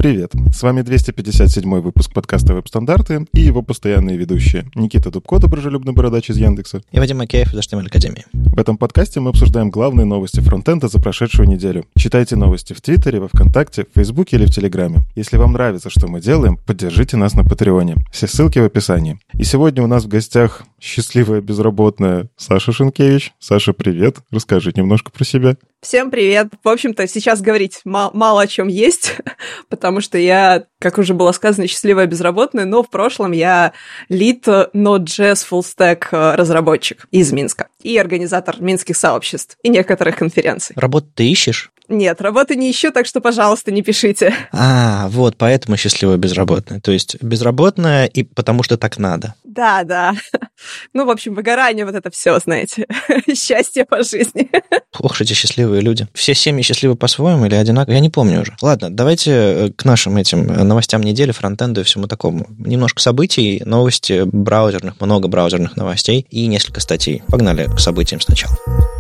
Привет! С вами 257-й выпуск подкаста «Веб-стандарты» и его постоянные ведущие Никита Дубко, доброжелюбный бородач из Яндекса. И Вадим Макеев из HTML Академии. В этом подкасте мы обсуждаем главные новости фронтенда за прошедшую неделю. Читайте новости в Твиттере, во Вконтакте, в Фейсбуке или в Телеграме. Если вам нравится, что мы делаем, поддержите нас на Патреоне. Все ссылки в описании. И сегодня у нас в гостях счастливая безработная Саша Шенкевич. Саша, привет! Расскажи немножко про себя. Всем привет! В общем-то, сейчас говорить мало о чем есть, потому что я, как уже было сказано, счастливая безработная, но в прошлом я лид Node.js Full Stack разработчик из Минска и организатор минских сообществ и некоторых конференций. Работу ты ищешь? Нет, работы не ищу, так что, пожалуйста, не пишите. Вот, поэтому счастливая безработная. То есть безработная и потому что так надо. Да. Ну, в общем, выгорание, вот это все, знаете, счастье по жизни. Ох, эти счастливые люди. Все семьи счастливы по-своему или одинаково? Я не помню уже. Ладно, давайте к нашим этим новостям недели, фронтенду и всему такому. Немножко событий, новости браузерных, много браузерных новостей и несколько статей. Погнали к событиям сначала.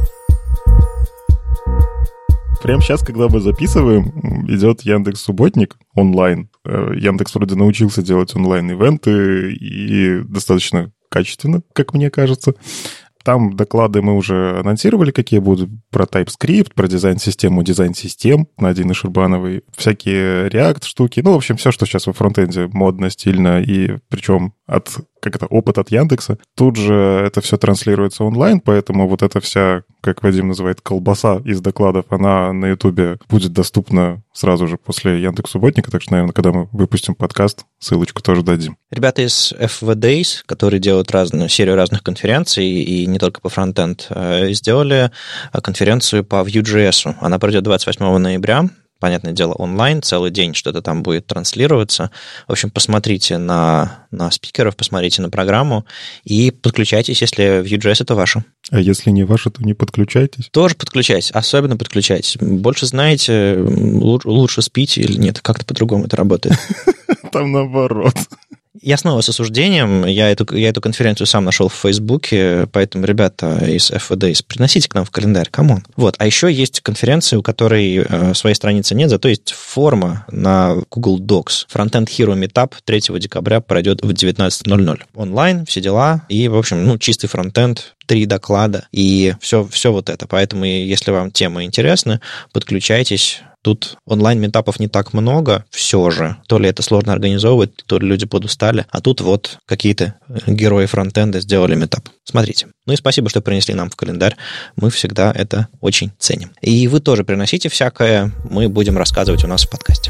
Прямо сейчас, когда мы записываем, идет Яндекс.Субботник онлайн. Яндекс вроде научился делать онлайн-ивенты и достаточно качественно, как мне кажется. Там доклады мы уже анонсировали, какие будут про TypeScript, про дизайн-систему, дизайн-систем на Дины Шурбановой, всякие React штуки. Ну, в общем, все, что сейчас во фронтенде модно, стильно, и причем опыт от Яндекса. Тут же это все транслируется онлайн, поэтому вот эта вся, как Вадим называет, колбаса из докладов, она на Ютубе будет доступна сразу же после Яндекс.Субботника, так что, наверное, когда мы выпустим подкаст, ссылочку тоже дадим. Ребята из FWDays, которые делают серию разных конференций, и не только по фронтенд, сделали конференцию по Vue.js. Она пройдет 28 ноября. Понятное дело, онлайн, целый день что-то там будет транслироваться. В общем, посмотрите на спикеров, посмотрите на программу и подключайтесь, если Vue.js это ваше. А если не ваше, то не подключайтесь? Тоже подключайтесь, особенно подключайтесь. Больше знаете, лучше спите или нет, как-то по-другому это работает. Там наоборот. Я снова с осуждением. Я эту конференцию сам нашел в Фейсбуке, поэтому, ребята из FWDays, приносите к нам в календарь, камон. Вот. А еще есть конференция, у которой своей страницы нет, зато есть форма на Google Docs. Frontend Hero Meetup 3 декабря пройдет в 19:00. Онлайн, все дела. И, в общем, чистый фронтенд, 3 доклада и все вот это. Поэтому, если вам тема интересна, подключайтесь. Тут онлайн-митапов не так много, все же. То ли это сложно организовывать, то ли люди подустали. А тут вот какие-то герои фронтенда сделали митап. Смотрите. Ну и спасибо, что принесли нам в календарь. Мы всегда это очень ценим. И вы тоже приносите всякое. Мы будем рассказывать у нас в подкасте.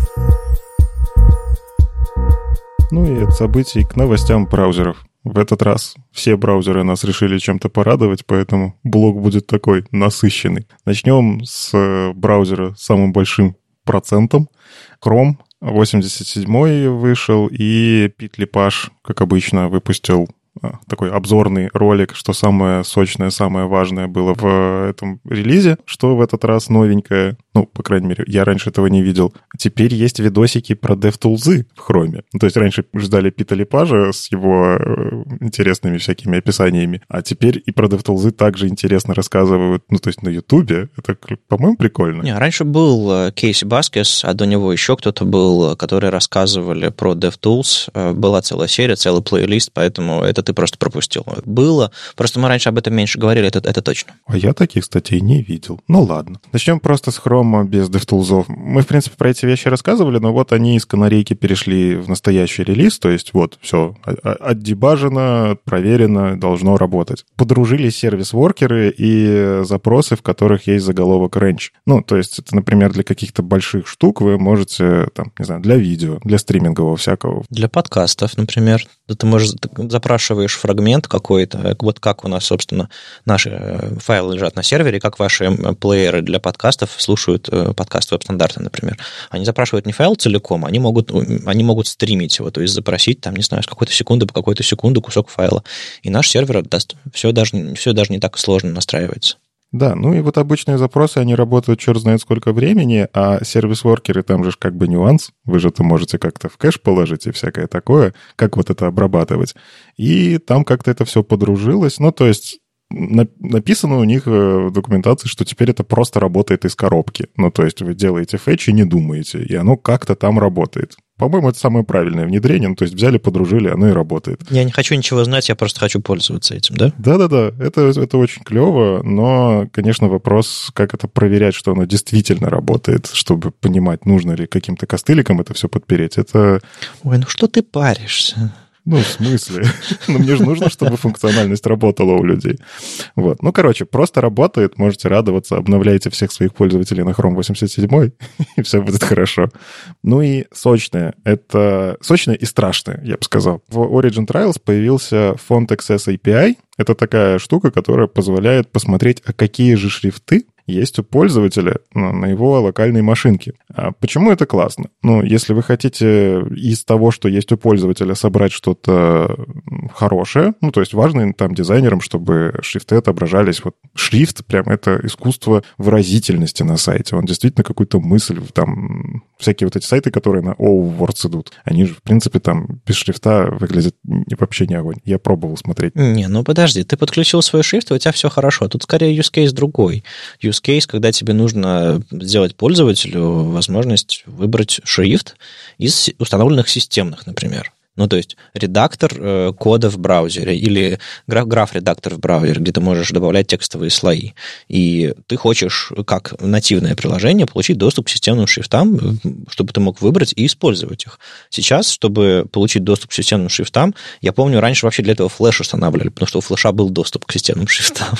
Ну и от событий к новостям браузеров. В этот раз все браузеры нас решили чем-то порадовать, поэтому блок будет такой насыщенный. Начнем с браузера с самым большим процентом. Chrome 87-й вышел, и Пит Лепаш, как обычно, выпустил такой обзорный ролик, что самое сочное, самое важное было в этом релизе, что в этот раз новенькое. Ну, по крайней мере, я раньше этого не видел. Теперь есть видосики про DevTools в Chrome. То есть раньше ждали Пита Лепажа с его интересными всякими описаниями, а теперь и про DevTools также интересно рассказывают. Ну, то есть на Ютубе. Это, по-моему, прикольно. Не, раньше был Кейси Баскес, а до него еще кто-то был, которые рассказывали про DevTools. Была целая серия, целый плейлист, поэтому это ты просто пропустил. Было. Просто мы раньше об этом меньше говорили, это точно. А я таких статей не видел. Ну, ладно. Начнем просто с Chrome без DevTools. Мы, в принципе, про эти вещи рассказывали, но вот они из канарейки перешли в настоящий релиз, то есть вот все отдебажено, проверено, должно работать. Подружились сервис-воркеры и запросы, в которых есть заголовок range. Ну, то есть это, например, для каких-то больших штук вы можете, там, не знаю, для видео, для стримингового всякого. Для подкастов, например. Ты запрашиваешь фрагмент какой-то, вот как у нас, собственно, наши файлы лежат на сервере, как ваши плееры для подкастов слушают подкаст веб-стандарта, например. Они запрашивают не файл целиком, они могут стримить его, то есть запросить, там, не знаю, с какой-то секунды по какой-то секунду кусок файла. И наш сервер отдаст. Все даже не так сложно настраивается. Да, ну и вот обычные запросы, они работают черт знает сколько времени, а сервис-воркеры, там же как бы нюанс. Вы же это можете как-то в кэш положить и всякое такое, как вот это обрабатывать. И там как-то это все подружилось. Ну, то есть написано у них в документации, что теперь это просто работает из коробки. Ну, то есть вы делаете фетч и не думаете, и оно как-то там работает. По-моему, это самое правильное внедрение. Ну, то есть взяли, подружили, оно и работает. Я не хочу ничего знать, я просто хочу пользоваться этим, да? Да-да-да, это очень клево, но, конечно, вопрос, как это проверять, что оно действительно работает, чтобы понимать, нужно ли каким-то костыликом это все подпереть. Это... Ой, ну что ты паришься? Ну, в смысле? Ну, мне же нужно, чтобы функциональность работала у людей. Вот. Ну, короче, просто работает, можете радоваться, обновляйте всех своих пользователей на Chrome 87, и все будет хорошо. Ну и сочное. Это сочное и страшное, я бы сказал. В Origin Trials появился Font Access API. Это такая штука, которая позволяет посмотреть, а какие же шрифты есть у пользователя на его локальной машинке. А почему это классно? Ну, если вы хотите из того, что есть у пользователя, собрать что-то хорошее, ну, то есть важно там дизайнерам, чтобы шрифты отображались. Вот шрифт прям это искусство выразительности на сайте. Он действительно какую-то мысль, там, всякие вот эти сайты, которые на Words идут, они же, в принципе, там без шрифта выглядят вообще не огонь. Я пробовал смотреть. Не, ну подожди, ты подключил свой шрифт, и у тебя все хорошо. Тут скорее use case другой. Use case, когда тебе нужно сделать пользователю возможность выбрать шрифт из установленных системных, например. Ну, то есть редактор кода в браузере или граф-редактор в браузере, где ты можешь добавлять текстовые слои. И ты хочешь, как нативное приложение, получить доступ к системным шрифтам, чтобы ты мог выбрать и использовать их. Сейчас, чтобы получить доступ к системным шрифтам, я помню, раньше вообще для этого флеш устанавливали, потому что у флеша был доступ к системным шрифтам.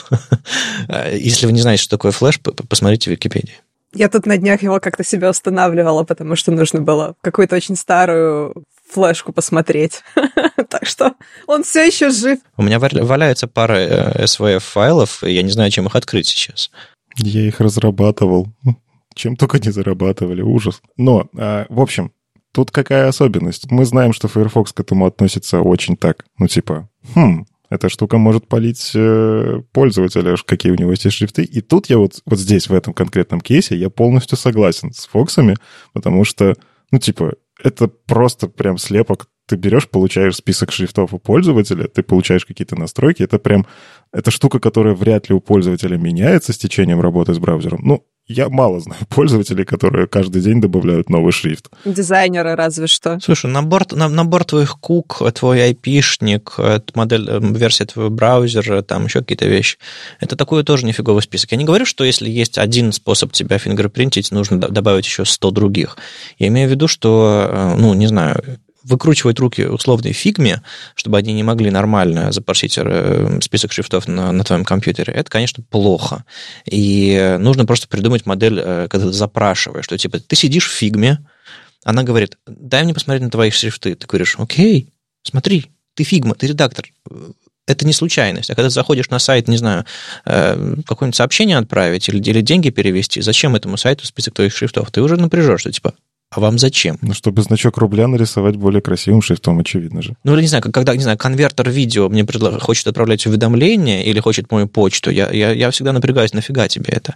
Если вы не знаете, что такое флеш, посмотрите в Википедии. Я тут на днях его как-то себе устанавливала, потому что нужно было какую-то очень старую флешку посмотреть. Так что он все еще жив. У меня валяется пара SVF-файлов, и я не знаю, чем их открыть сейчас. Я их разрабатывал. Чем только не зарабатывали. Ужас. Но, в общем, тут какая особенность? Мы знаем, что Firefox к этому относится очень так. Ну, типа, эта штука может палить пользователя, какие у него есть шрифты. И тут я вот здесь, в этом конкретном кейсе, я полностью согласен с Фоксами, потому что, ну, типа, это просто прям слепок. Ты берешь, получаешь список шрифтов у пользователя, ты получаешь какие-то настройки. Это прям, это штука, которая вряд ли у пользователя меняется с течением работы с браузером. Ну, я мало знаю пользователей, которые каждый день добавляют новый шрифт. Дизайнеры разве что. Слушай, набор твоих кук, твой айпишник, версия твоего браузера, там еще какие-то вещи. Это такой тоже нифиговый список. Я не говорю, что если есть один способ тебя фингерпринтить, нужно добавить еще 100 других. Я имею в виду, что, ну, не знаю, выкручивать руки условной фигме, чтобы они не могли нормально запарсить список шрифтов на твоем компьютере, это, конечно, плохо. И нужно просто придумать модель, когда ты запрашиваешь, что типа ты сидишь в фигме, она говорит, дай мне посмотреть на твои шрифты. Ты говоришь, окей, смотри, ты фигма, ты редактор. Это не случайность. А когда ты заходишь на сайт, не знаю, какое-нибудь сообщение отправить или деньги перевести, зачем этому сайту список твоих шрифтов? Ты уже напряжешь, что типа, а вам зачем? Ну, чтобы значок рубля нарисовать более красивым шрифтом, очевидно же. Ну, не знаю, когда, не знаю, конвертер видео мне хочет отправлять уведомления или хочет мою почту, я всегда напрягаюсь, нафига тебе это?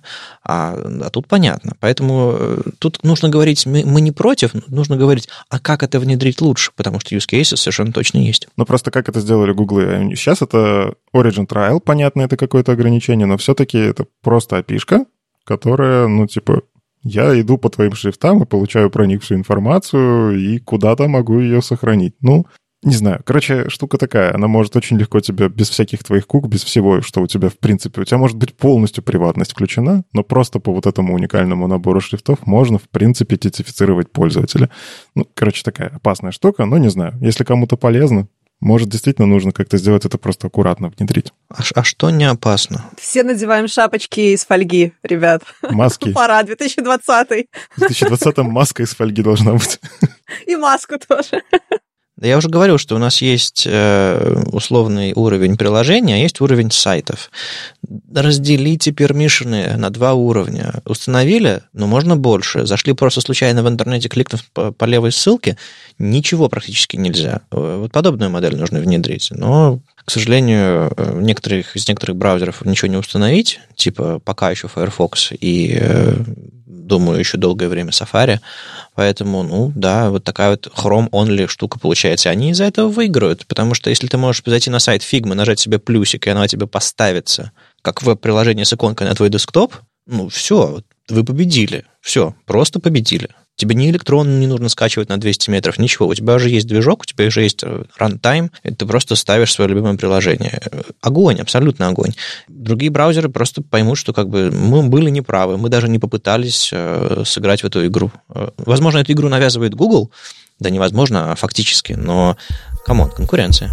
А тут понятно. Поэтому тут нужно говорить, мы не против, нужно говорить, а как это внедрить лучше? Потому что use cases совершенно точно есть. Ну, просто как это сделали гуглы? Сейчас это Origin Trial, понятно, это какое-то ограничение, но все-таки это просто API-шка, которая, ну, типа... Я иду по твоим шрифтам и получаю про них всю информацию, и куда-то могу ее сохранить. Ну, не знаю. Короче, штука такая. Она может очень легко тебе, без всяких твоих кук, без всего, что у тебя в принципе... У тебя может быть полностью приватность включена, но просто по вот этому уникальному набору шрифтов можно, в принципе, идентифицировать пользователя. Ну, короче, такая опасная штука, но не знаю. Если кому-то полезно, может, действительно нужно как-то сделать это просто аккуратно внедрить. А что не опасно? Все надеваем шапочки из фольги, ребят. Маски. Пора, 2020. В 2020-м маска из фольги должна быть. И маску тоже. Да я уже говорил, что у нас есть условный уровень приложения, а есть уровень сайтов. Разделите пермишины на 2 уровня. Установили, но можно больше. Зашли просто случайно в интернете, кликнув по левой ссылке, ничего практически нельзя. Вот подобную модель нужно внедрить. Но, к сожалению, из некоторых браузеров ничего не установить, типа пока еще Firefox и думаю, еще долгое время Safari. Поэтому, ну, да, вот такая вот Chrome-only штука получается. Они из-за этого выиграют, потому что если ты можешь зайти на сайт Figma, нажать себе плюсик, и она тебе поставится, как веб-приложение с иконкой на твой десктоп, ну, все, вы победили. Все, просто победили. Тебе ни электрон не нужно скачивать на 200 метров, ничего. У тебя уже есть движок, у тебя уже есть runtime, и ты просто ставишь свое любимое приложение. Огонь, абсолютно огонь. Другие браузеры просто поймут, что как бы мы были неправы, мы даже не попытались сыграть в эту игру. Возможно, эту игру навязывает Google, да невозможно, а фактически, но, камон, конкуренция.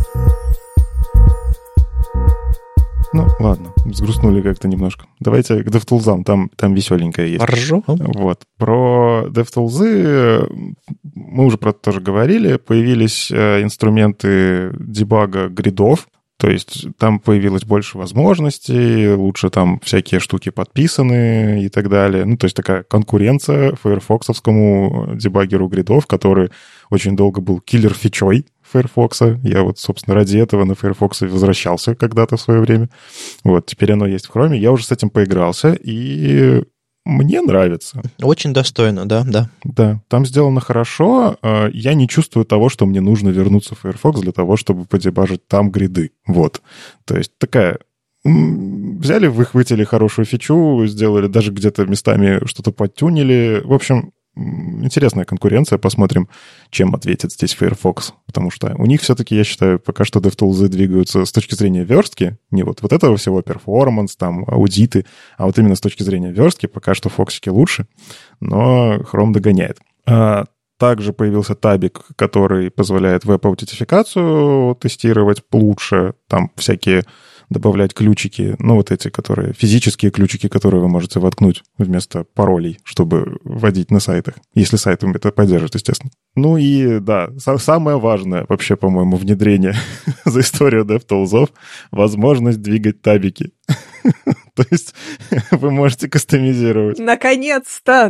Ну, ладно, взгрустнули как-то немножко. Давайте к DevTools, там веселенькое есть. Поржу. Вот. Про DevTools мы уже про это тоже говорили. Появились инструменты дебага гридов, то есть там появилось больше возможностей, лучше там всякие штуки подписаны и так далее. Ну, то есть такая конкуренция файрфоксовскому дебаггеру гридов, который очень долго был киллер-фичой Firefox. Я вот, собственно, ради этого на Firefox возвращался когда-то в свое время. Вот, теперь оно есть в Chrome. Я уже с этим поигрался, и мне нравится. Очень достойно, да. Да, там сделано хорошо. Я не чувствую того, что мне нужно вернуться в Firefox для того, чтобы подебажить там гриды. Вот. То есть такая... Взяли, выхватили хорошую фичу, сделали даже где-то местами что-то подтюнили. В общем, интересная конкуренция. Посмотрим, чем ответит здесь Firefox. Потому что у них все-таки, я считаю, пока что DevTools двигаются с точки зрения верстки. Не вот этого всего, перформанс, там, аудиты, а вот именно с точки зрения верстки пока что фоксики лучше. Но Chrome догоняет. Также появился табик, который позволяет веб-аутентификацию тестировать лучше. Там всякие добавлять ключики, ну, вот эти, которые физические ключики, которые вы можете воткнуть вместо паролей, чтобы вводить на сайтах, если сайт это поддержит, естественно. Ну и, да, самое важное вообще, по-моему, внедрение за историю DevTools — возможность двигать табики. То есть вы можете кастомизировать. Наконец-то!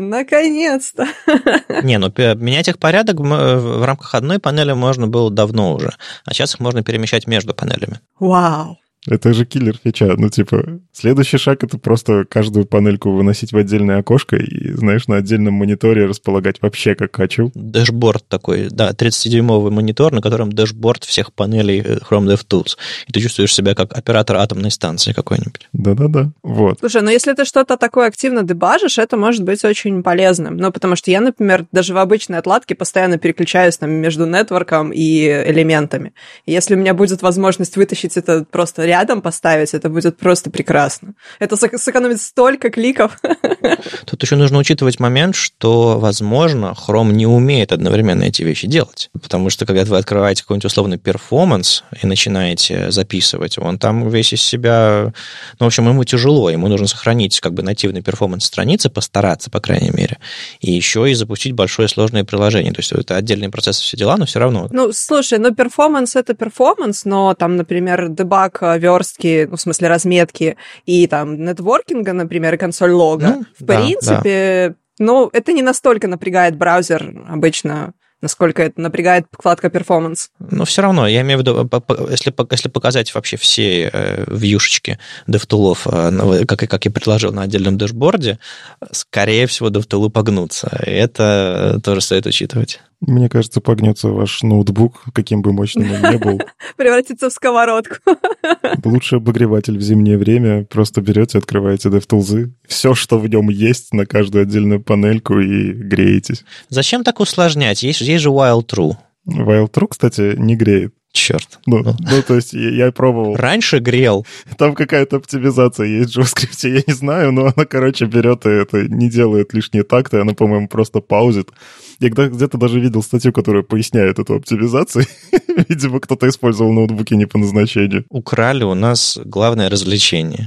Не, ну менять их порядок в рамках одной панели можно было давно уже, а сейчас их можно перемещать между панелями. Вау! Это же киллер-фича. Ну, типа, следующий шаг — это просто каждую панельку выносить в отдельное окошко и, знаешь, на отдельном мониторе располагать вообще как хочу. Дэшборд такой, да, 30-дюймовый монитор, на котором дэшборд всех панелей Chrome DevTools. И ты чувствуешь себя как оператор атомной станции какой-нибудь. Да-да-да, вот. Слушай, ну если ты что-то такое активно дебажишь, это может быть очень полезным. Ну, потому что я, например, даже в обычной отладке постоянно переключаюсь там между нетворком и элементами. И если у меня будет возможность вытащить это просто рядом поставить, это будет просто прекрасно. Это сэкономит столько кликов. Тут еще нужно учитывать момент, что, возможно, Chrome не умеет одновременно эти вещи делать. Потому что, когда вы открываете какой-нибудь условный перформанс и начинаете записывать, он там весь из себя... Ну, в общем, ему тяжело, ему нужно сохранить как бы нативный перформанс страницы, постараться, по крайней мере, и еще и запустить большое сложное приложение. То есть это отдельные процессы, все дела, но все равно. Ну, слушай, перформанс — это перформанс, но там, например, дебаг верстки, ну, в смысле разметки, и там нетворкинга, например, и консоль лога. Ну, в принципе, ну, это не настолько напрягает браузер обычно, насколько это напрягает вкладка перформанс. Но все равно, я имею в виду, если показать вообще все вьюшечки DevTool'ов, как я предложил на отдельном дэшборде, скорее всего, DevTool'ы погнутся. И это тоже стоит учитывать. Мне кажется, погнется ваш ноутбук, каким бы мощным он ни был. Превратится в сковородку. Лучший обогреватель в зимнее время. Просто берете, открываете DevTools, все, что в нем есть, на каждую отдельную панельку и греетесь. Зачем так усложнять? Есть же While True. While True, кстати, не греет. Черт. Ну, то есть я пробовал. Раньше грел. Там какая-то оптимизация есть в JavaScript, я не знаю, но она, короче, берет и это не делает лишние такты, она, по-моему, просто паузит. Я где-то даже видел статью, которая поясняет эту оптимизацию. Видимо, кто-то использовал ноутбуки не по назначению. Украли у нас главное развлечение.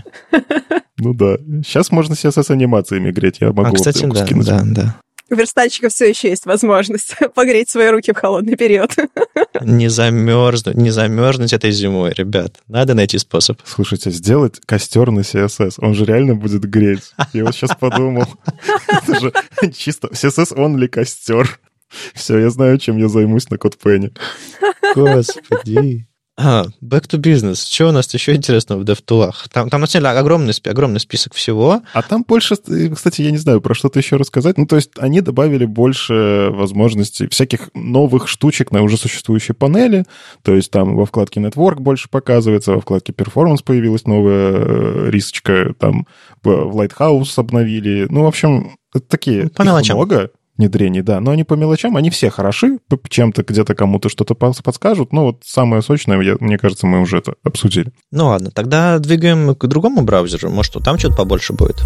Ну да. Сейчас можно CSS-анимациями греть, я могу кстати, скинуть. Да. У верстальщиков все еще есть возможность погреть свои руки в холодный период. Не замерзнуть этой зимой, ребят. Надо найти способ. Слушайте, сделать костер на CSS, он же реально будет греть. Я вот сейчас подумал. Это же чисто CSS-only костер. Все, я знаю, чем я займусь на CodePen. Господи. Back to business. Что у нас еще интересного в DevTools? Там на самом деле, огромный список всего. А там больше, кстати, я не знаю, про что-то еще рассказать. Ну, то есть они добавили больше возможностей, всяких новых штучек на уже существующей панели. То есть там во вкладке Network больше показывается, во вкладке Performance появилась новая рисочка, там в Lighthouse обновили. Ну, в общем, такие по мелочам. Много внедрений, да, но они по мелочам, они все хороши, чем-то где-то кому-то что-то подскажут, но вот самое сочное, мне кажется, мы уже это обсудили. Ну ладно, тогда двигаем к другому браузеру, может, там что-то побольше будет.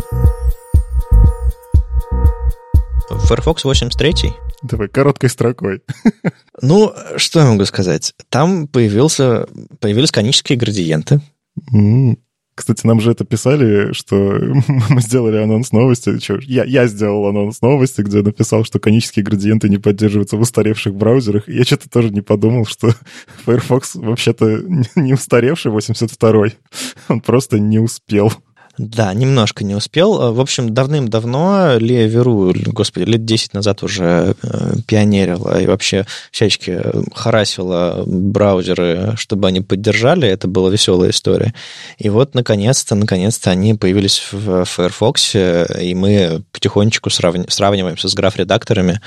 Firefox 83. Давай, короткой строкой. Ну, что я могу сказать? Там появились конические градиенты. Кстати, нам же это писали, что мы сделали анонс новости. Я сделал анонс новости, где написал, что конические градиенты не поддерживаются в устаревших браузерах. И я что-то тоже не подумал, что Firefox вообще-то не устаревший 82-й. Он просто не успел. Да, немножко не успел. В общем, давным-давно Лея Веру, господи, лет 10 назад уже пионерила и вообще всячески харасила браузеры, чтобы они поддержали. Это была веселая история. И вот, наконец-то они появились в Firefox, и мы потихонечку сравниваемся с граф-редакторами,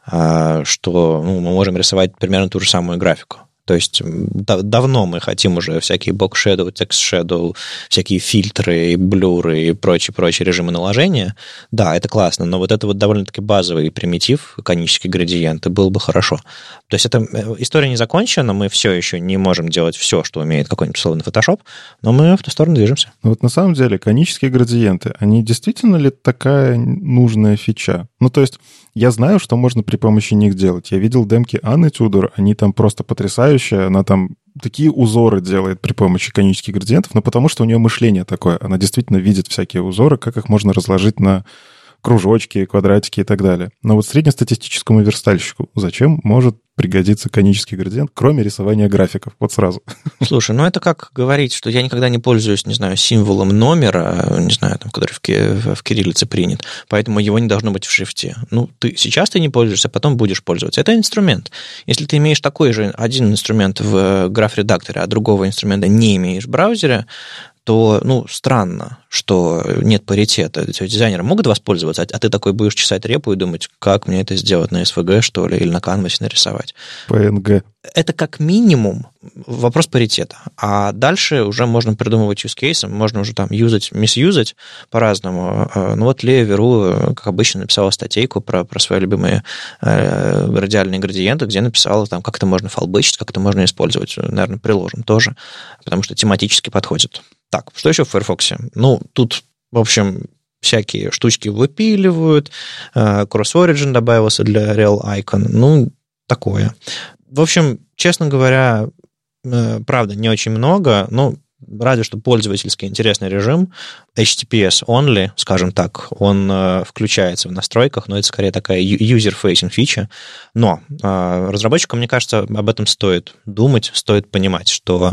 что мы можем рисовать примерно ту же самую графику. То есть давно мы хотим уже всякие box shadow, text shadow, всякие фильтры, блюры и прочие режимы наложения. Да, это классно, но вот это вот довольно-таки базовый примитив, конический градиент, было бы хорошо. То есть эта история не закончена, мы все еще не можем делать все, что умеет какой-нибудь условный Photoshop, но мы в ту сторону движемся. Но вот на самом деле конические градиенты, они действительно ли такая нужная фича? Ну, то есть я знаю, что можно при помощи них делать. Я видел демки Анны Тюдор, они там просто потрясающие. Она там такие узоры делает при помощи конических градиентов, но потому что у нее мышление такое. Она действительно видит всякие узоры, как их можно разложить на кружочки, квадратики и так далее. Но вот среднестатистическому верстальщику зачем может пригодиться конический градиент, кроме рисования графиков? Вот сразу. Слушай, это как говорить, что я никогда не пользуюсь, не знаю, символом номера, не знаю, там, который в кириллице принят, поэтому его не должно быть в шрифте. Сейчас ты не пользуешься, потом будешь пользоваться. Это инструмент. Если ты имеешь такой же один инструмент в граф-редакторе, а другого инструмента не имеешь в браузере, то, странно, что нет паритета. Дизайнеры могут воспользоваться, а ты такой будешь чесать репу и думать, как мне это сделать на SVG, что ли, или на канвасе нарисовать. PNG. Это как минимум вопрос паритета. А дальше уже можно придумывать use case, можно уже там мисюзать по-разному. Вот Лея Веру, как обычно, написала статейку про свои любимые радиальные градиенты, где написала, там, как это можно фалбычить, как это можно использовать. Наверное, приложим тоже, потому что тематически подходит. Так, что еще в Firefox? Тут, в общем, всякие штучки выпиливают, Cross-Origin добавился для Real Icon, такое. В общем, честно говоря, правда, не очень много, разве что пользовательский интересный режим, HTTPS only, скажем так, он включается в настройках, но это скорее такая user-facing фича. Но разработчикам, мне кажется, об этом стоит думать, стоит понимать, что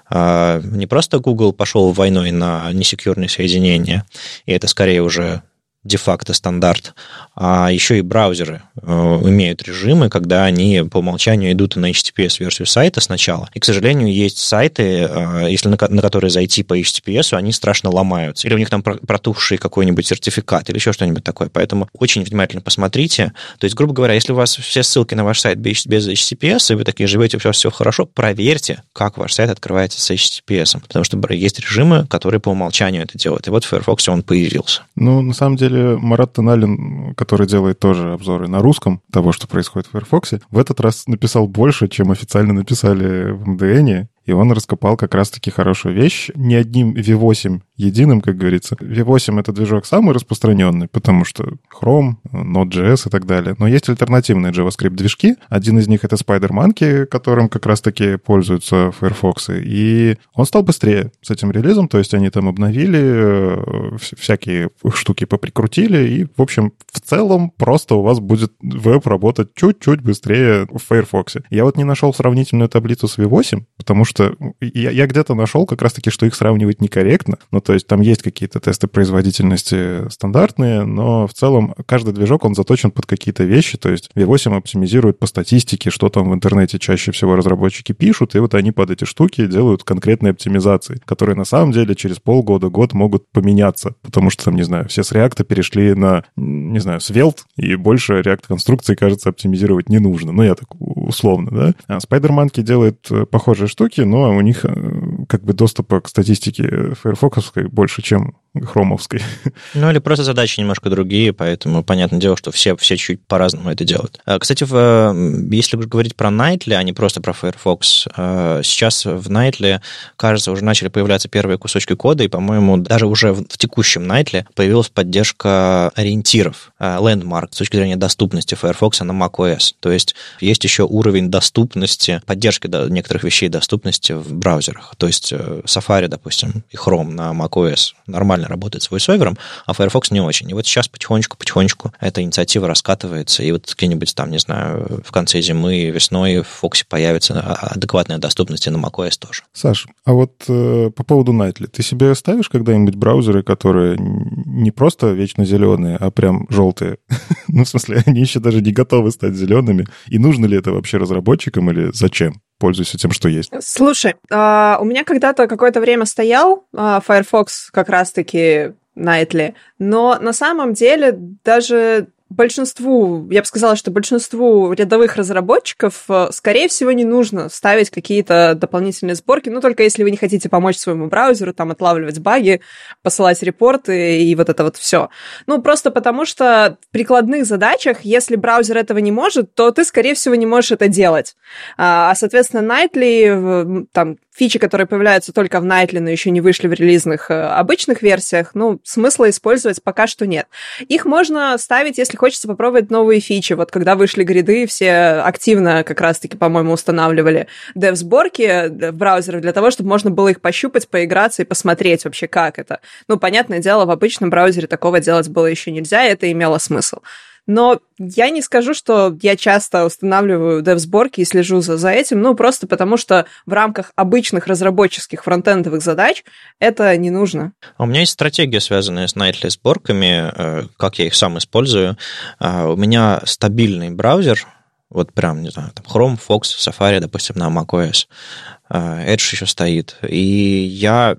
не просто Google пошел войной на несекьюрные соединения, и это скорее уже де-факто стандарт, а еще и браузеры имеют режимы, когда они по умолчанию идут на HTTPS-версию сайта сначала. И, к сожалению, есть сайты, если на которые зайти по HTTPS, они страшно ломаются. Или у них там протухший какой-нибудь сертификат, или еще что-нибудь такое. Поэтому очень внимательно посмотрите. То есть, грубо говоря, если у вас все ссылки на ваш сайт без HTTPS, и вы такие живете, все хорошо, проверьте, как ваш сайт открывается с HTTPS. Потому что есть режимы, которые по умолчанию это делают. И вот в Firefox он появился. На самом деле, Марат Таналин, который делает тоже обзоры на русском того, что происходит в Firefox, в этот раз написал больше, чем официально написали в MDN, и он раскопал как раз-таки хорошую вещь. Не одним V8 единым, как говорится. V8 — это движок самый распространенный, потому что Chrome, Node.js и так далее. Но есть альтернативные JavaScript-движки. Один из них — это SpiderMonkey, которым как раз-таки пользуются Firefox. И он стал быстрее с этим релизом, то есть они там обновили, всякие штуки поприкрутили, и, в общем, в целом просто у вас будет веб работать чуть-чуть быстрее в Firefox. Я вот не нашел сравнительную таблицу с V8, потому что я где-то нашел как раз-таки, что их сравнивать некорректно. То есть там есть какие-то тесты производительности стандартные, но в целом каждый движок, он заточен под какие-то вещи, то есть V8 оптимизирует по статистике, что там в интернете чаще всего разработчики пишут, и вот они под эти штуки делают конкретные оптимизации, которые на самом деле через полгода, год могут поменяться, потому что, там, не знаю, все с React перешли на, не знаю, Svelte, и больше React-конструкции, кажется, оптимизировать не нужно. Ну, я так условно, да. А SpiderMonkey делает похожие штуки, но у них как бы доступа к статистике файрфоксовской больше, чем хромовской. Ну, или просто задачи немножко другие, поэтому понятное дело, что все чуть по-разному это делают. Кстати, если говорить про Nightly, а не просто про Firefox, сейчас в Nightly, кажется, уже начали появляться первые кусочки кода, и, по-моему, даже уже в текущем Nightly появилась поддержка ориентиров, landmark, с точки зрения доступности Firefox на macOS. То есть есть еще уровень доступности, поддержки некоторых вещей доступности в браузерах. То есть Safari, допустим, и Chrome на macOS нормально работает с voiceover, а Firefox не очень. И вот сейчас потихонечку эта инициатива раскатывается, и вот где-нибудь там, не знаю, в конце зимы, весной в Фоксе появится адекватная доступность и на macOS тоже. Саш, а вот по поводу Nightly, ты себе ставишь когда-нибудь браузеры, которые не просто вечно зеленые, а прям желтые? Ну, в смысле, они еще даже не готовы стать зелеными. И нужно ли это вообще разработчикам или зачем? Пользуйся тем, что есть. Слушай, у меня когда-то какое-то время стоял Firefox как раз-таки Nightly, но на самом деле даже большинству, я бы сказала, что большинству рядовых разработчиков, скорее всего, не нужно ставить какие-то дополнительные сборки, ну, только если вы не хотите помочь своему браузеру, там, отлавливать баги, посылать репорты и вот это вот все. Ну, просто потому что в прикладных задачах, если браузер этого не может, то ты, скорее всего, не можешь это делать. А соответственно, Nightly, там, фичи, которые появляются только в Nightly, но еще не вышли в релизных обычных версиях, ну, смысла использовать пока что нет. Их можно ставить, если хочется попробовать новые фичи. Вот когда вышли гриды, все активно как раз-таки, по-моему, устанавливали дев-сборки в браузерах для того, чтобы можно было их пощупать, поиграться и посмотреть вообще, как это. Ну, понятное дело, в обычном браузере такого делать было еще нельзя, и это имело смысл. Но я не скажу, что я часто устанавливаю дев-сборки и слежу за этим, ну, просто потому что в рамках обычных разработческих фронтендовых задач это не нужно. У меня есть стратегия, связанная с Nightly сборками, как я их сам использую. У меня стабильный браузер, вот прям, не знаю, там Chrome, Fox, Safari, допустим, на macOS. Edge еще стоит. И я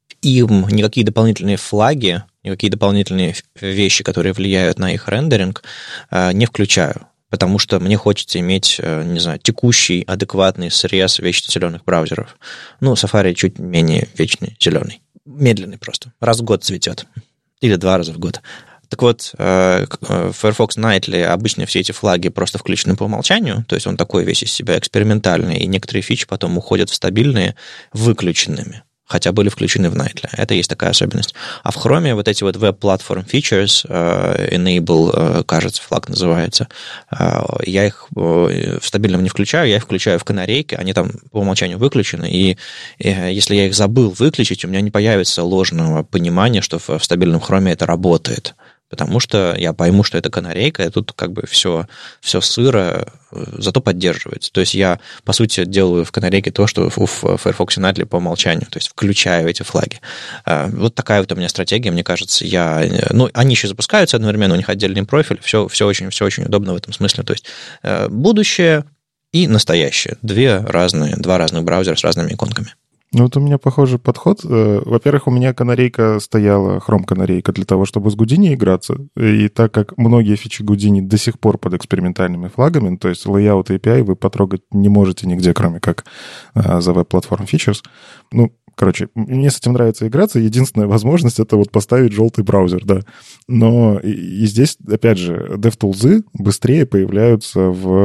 им никакие дополнительные флаги, никакие дополнительные вещи, которые влияют на их рендеринг, не включаю, потому что мне хочется иметь, не знаю, текущий, адекватный срез вечно зеленых браузеров. Ну, Safari чуть менее вечный зеленый. Медленный просто. Раз в год цветет. Или 2 раза в год. Так вот, Firefox Nightly обычно все эти флаги просто включены по умолчанию, то есть он такой весь из себя экспериментальный, и некоторые фичи потом уходят в стабильные выключенными, хотя были включены в Nightly. Это есть такая особенность. А в Chrome вот эти вот Web Platform Features, Enable, кажется, флаг называется, я их в стабильном не включаю, я их включаю в канарейки, они там по умолчанию выключены, и если я их забыл выключить, у меня не появится ложного понимания, что в стабильном Chrome это работает. Потому что я пойму, что это канарейка, и тут как бы все сыро, зато поддерживается. То есть я, по сути, делаю в канарейке то, что в Firefox Nightly по умолчанию, то есть включаю эти флаги. Вот такая вот у меня стратегия, мне кажется. Ну, они еще запускаются одновременно, у них отдельный профиль, все очень удобно в этом смысле. То есть будущее и настоящее. Два разных браузера с разными иконками. Ну, вот у меня похожий подход. Во-первых, у меня канарейка стояла, Chrome-канарейка, для того, чтобы с Houdini играться. И так как многие фичи Houdini до сих пор под экспериментальными флагами, то есть layout и API вы потрогать не можете нигде, кроме как за Web Platform Features. Ну, короче, мне с этим нравится играться. Единственная возможность — это вот поставить желтый браузер, да. Но и здесь, опять же, DevTools быстрее появляются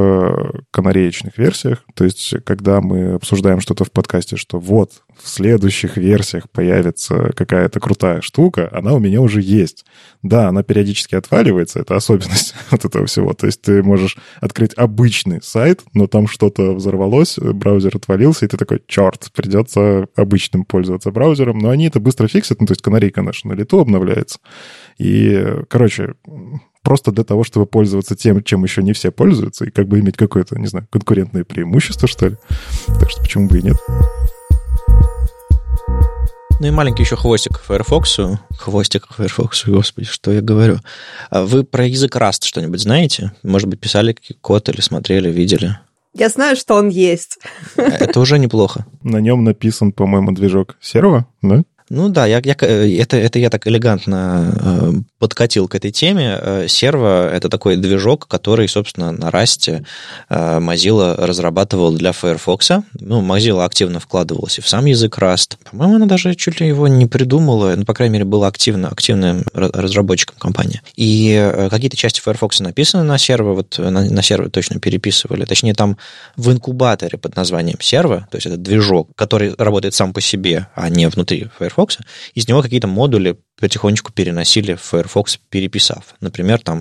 в канареечных версиях. То есть, когда мы обсуждаем что-то в подкасте, что вот в следующих версиях появится какая-то крутая штука, она у меня уже есть. Да, она периодически отваливается, это особенность от этого всего. То есть ты можешь открыть обычный сайт, но там что-то взорвалось, браузер отвалился, и ты такой, черт, придется обычным пользоваться браузером. Но они это быстро фиксят, ну, то есть канарейка наша на лету обновляется. И, короче, просто для того, чтобы пользоваться тем, чем еще не все пользуются, и как бы иметь какое-то, не знаю, конкурентное преимущество, что ли. Так что почему бы и нет. Ну и маленький еще хвостик к Firefox. Хвостик к Firefox, господи, что я говорю. Вы про язык Rust что-нибудь знаете? Может быть, писали код или смотрели, видели? Я знаю, что он есть. Это уже неплохо. На нем написан, по-моему, движок Servo, да? Ну да, это я так элегантно подкатил к этой теме. Servo — это такой движок, который, собственно, на Rust Mozilla разрабатывал для Firefox. Ну, Mozilla активно вкладывалась и в сам язык Rust. По-моему, она даже чуть ли его не придумала, ну, по крайней мере, была активным разработчиком компании. И какие-то части Firefox написаны на Servo, вот на Servo точно переписывали. Точнее, там в инкубаторе под названием Servo, то есть это движок, который работает сам по себе, а не внутри Firefox, из него какие-то модули потихонечку переносили в Firefox, переписав. Например, там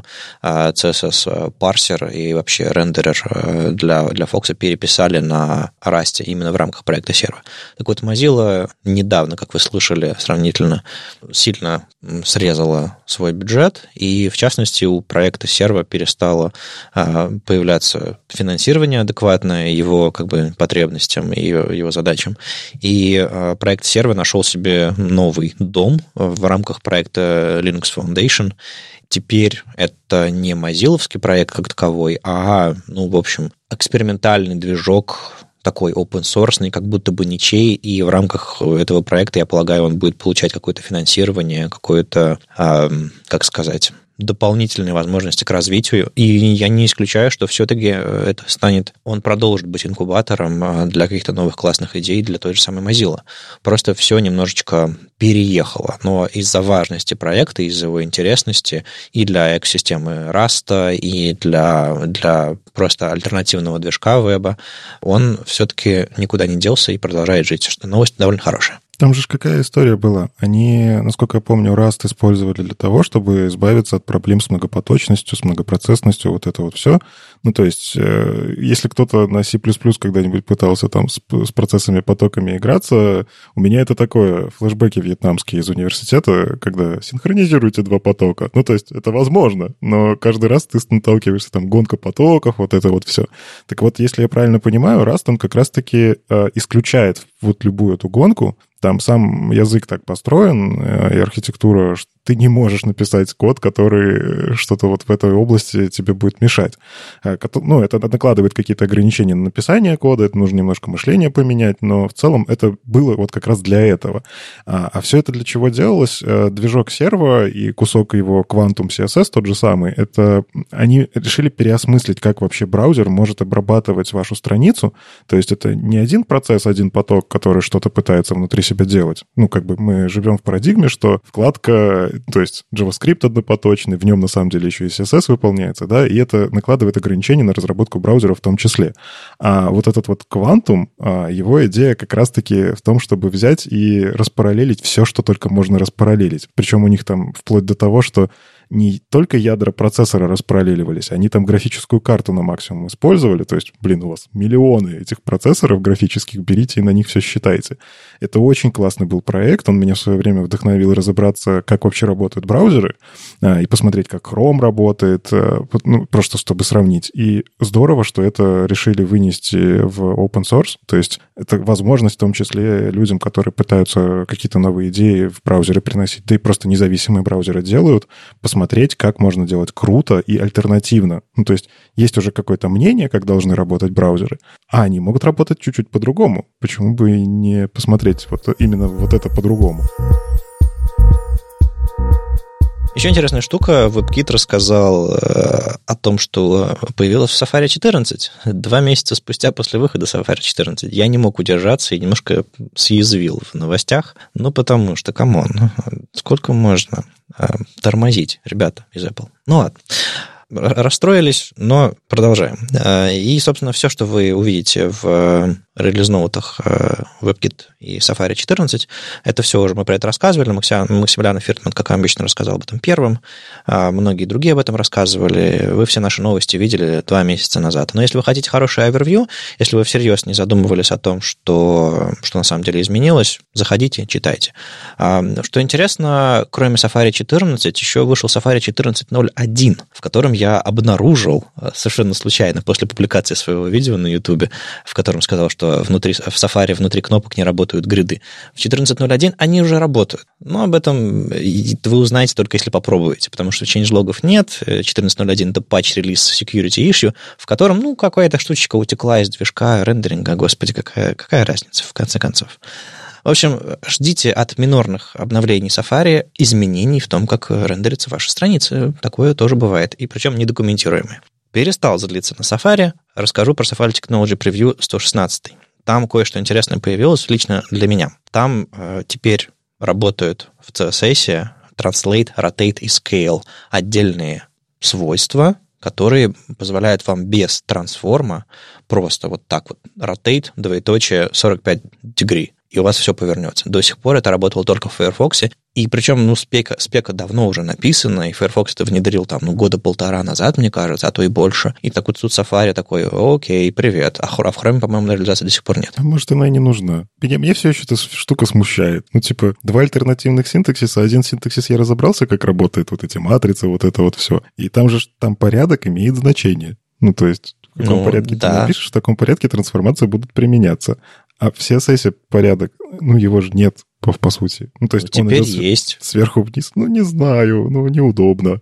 CSS-парсер и вообще рендерер для Fox переписали на Rust именно в рамках проекта Servo. Так вот, Mozilla недавно, как вы слышали, сравнительно сильно срезала свой бюджет, и, в частности, у проекта Servo перестало появляться финансирование адекватное его как бы потребностям и его задачам. И проект Servo нашел себе новый дом в рамках проекта Linux Foundation. Теперь это не мозиловский проект как таковой, а, ну, в общем, экспериментальный движок, такой open-source, как будто бы ничей, и в рамках этого проекта, я полагаю, он будет получать какое-то финансирование, какое-то, как сказать, дополнительные возможности к развитию. И я не исключаю, что все-таки это станет, он продолжит быть инкубатором для каких-то новых классных идей для той же самой Mozilla. Просто все немножечко переехало. Но из-за важности проекта, из-за его интересности и для экосистемы Rust, и для просто альтернативного движка веба, он все-таки никуда не делся и продолжает жить. Что новость довольно хорошая. Там же какая история была? Они, насколько я помню, Rust использовали для того, чтобы избавиться от проблем с многопоточностью, с многопроцессностью, вот это вот все. Ну, то есть, если кто-то на C++ когда-нибудь пытался там с процессами, потоками играться, у меня это такое, флешбеки вьетнамские из университета, когда синхронизируете два потока. Ну, то есть, это возможно, но каждый раз ты наталкиваешься, там, гонка потоков, вот это вот все. Так вот, если я правильно понимаю, Rust, он как раз-таки исключает вот любую эту гонку. Там сам язык так построен, и архитектура, что ты не можешь написать код, который что-то вот в этой области тебе будет мешать. Ну, это накладывает какие-то ограничения на написание кода, это нужно немножко мышление поменять, но в целом это было вот как раз для этого. А все это для чего делалось? Движок Servo и кусок его Quantum CSS, тот же самый, это они решили переосмыслить, как вообще браузер может обрабатывать вашу страницу. То есть это не один процесс, один поток, который что-то пытается внутри себя делать. Ну, как бы мы живем в парадигме, что вкладка, то есть JavaScript однопоточный, в нем на самом деле еще и CSS выполняется, да, и это накладывает ограничения на разработку браузера в том числе. А вот этот вот Quantum, его идея как раз-таки в том, чтобы взять и распараллелить все, что только можно распараллелить. Причем у них там вплоть до того, что не только ядра процессора распараллеливались, они там графическую карту на максимум использовали. То есть, у вас миллионы этих процессоров графических, берите и на них все считайте. Это очень классный был проект, он меня в свое время вдохновил разобраться, как вообще работают браузеры, и посмотреть, как Chrome работает, ну, просто чтобы сравнить. И здорово, что это решили вынести в open source, то есть это возможность в том числе людям, которые пытаются какие-то новые идеи в браузере приносить, да и просто независимые браузеры делают, посмотреть, как можно делать круто и альтернативно. Ну, то есть есть уже какое-то мнение, как должны работать браузеры, а они могут работать чуть-чуть по-другому. Почему бы не посмотреть вот именно вот это по-другому? Еще интересная штука. WebKit рассказал о том, что появилась в Safari 14 2 месяца спустя после выхода Safari 14. Я не мог удержаться и немножко съязвил в новостях, ну, потому что, камон, сколько можно тормозить, ребята из Apple? Ну, ладно. Расстроились, но продолжаем. И, собственно, все, что вы увидите в релиз-ноутах WebKit и Safari 14, это все уже мы про это рассказывали. Максимилиан Фиртман, как обычно, рассказал об этом первым. Многие другие об этом рассказывали. Вы все наши новости видели 2 месяца назад. Но если вы хотите хороший овервью, если вы всерьез не задумывались о том, что на самом деле изменилось, заходите, читайте. Что интересно, кроме Safari 14, еще вышел Safari 14.0.1, в котором я обнаружил совершенно случайно после публикации своего видео на YouTube, в котором сказал, что что в Safari внутри кнопок не работают гриды. В 14.01 они уже работают. Но об этом вы узнаете только если попробуете, потому что changelog'ов нет. 14.01 — это патч-релиз security issue, в котором, какая-то штучка утекла из движка рендеринга. Господи, какая разница, в конце концов. В общем, ждите от минорных обновлений Safari изменений в том, как рендерятся ваши страницы. Такое тоже бывает, и причем недокументируемое. Перестал задлиться на Safari. Расскажу про Safari Technology Preview 116. Там кое-что интересное появилось лично для меня. Там теперь работают в CSS Translate, Rotate и Scale отдельные свойства, которые позволяют вам без трансформа просто вот так вот rotate, двоеточие, 45 degree, и у вас все повернется. До сих пор это работало только в Firefox, и причем, спека давно уже написана, и Firefox это внедрил там, года полтора назад, мне кажется, а то и больше. И так вот тут Safari такой: окей, привет. А в Chrome, по-моему, реализации до сих пор нет. А может, она и не нужна. Мне все еще эта штука смущает. Два альтернативных синтаксиса. Один синтаксис я разобрался, как работает вот эти матрицы, вот это вот все. И там порядок имеет значение. То есть в каком порядке ты напишешь, в таком порядке трансформации будут применяться. А в CSS порядок, его же нет, по сути. То есть теперь есть. Сверху вниз. Не знаю, неудобно.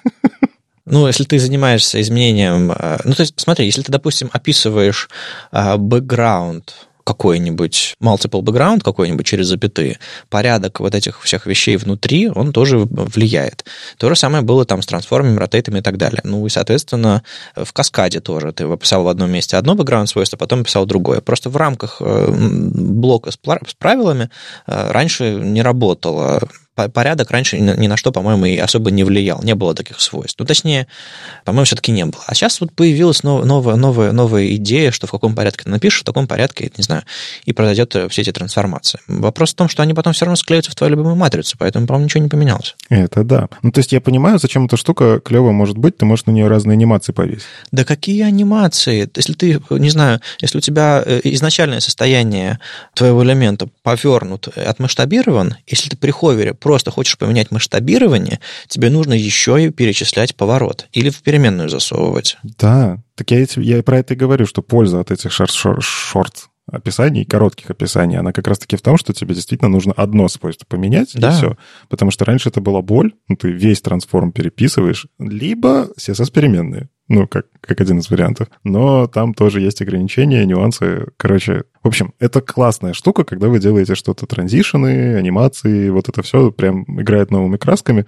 Если ты занимаешься изменением... то есть, смотри, если ты, допустим, описываешь бэкграунд какой-нибудь, multiple background какой-нибудь через запятые, порядок вот этих всех вещей внутри, он тоже влияет. То же самое было там с трансформами, ротейтами и так далее. И, соответственно, в каскаде тоже. Ты описал в одном месте одно background свойство, потом описал другое. Просто в рамках блока с правилами раньше не работало. Порядок раньше ни на что, по-моему, и особо не влиял. Не было таких свойств. Точнее, по-моему, все-таки не было. А сейчас вот появилась новая идея, что в каком порядке ты напишешь, в таком порядке, не знаю, и произойдет все эти трансформации. Вопрос в том, что они потом все равно склеются в твою любимую матрицу, поэтому, по-моему, ничего не поменялось. Это да. То есть я понимаю, зачем эта штука клевая может быть, ты можешь на нее разные анимации повесить. Да какие анимации? Если ты, не знаю, если у тебя изначальное состояние твоего элемента повернут, отмасштабирован, если ты при ховере просто хочешь поменять масштабирование, тебе нужно еще и перечислять поворот или в переменную засовывать. Да, так я про это и говорю, что польза от этих шорт описаний, коротких описаний, она как раз-таки в том, что тебе действительно нужно одно свойство поменять, да. И все. Потому что раньше это была боль, ты весь трансформ переписываешь, либо CSS-переменные, как один из вариантов. Но там тоже есть ограничения, нюансы. В общем, это классная штука, когда вы делаете что-то, транзишены, анимации, вот это все прям играет новыми красками.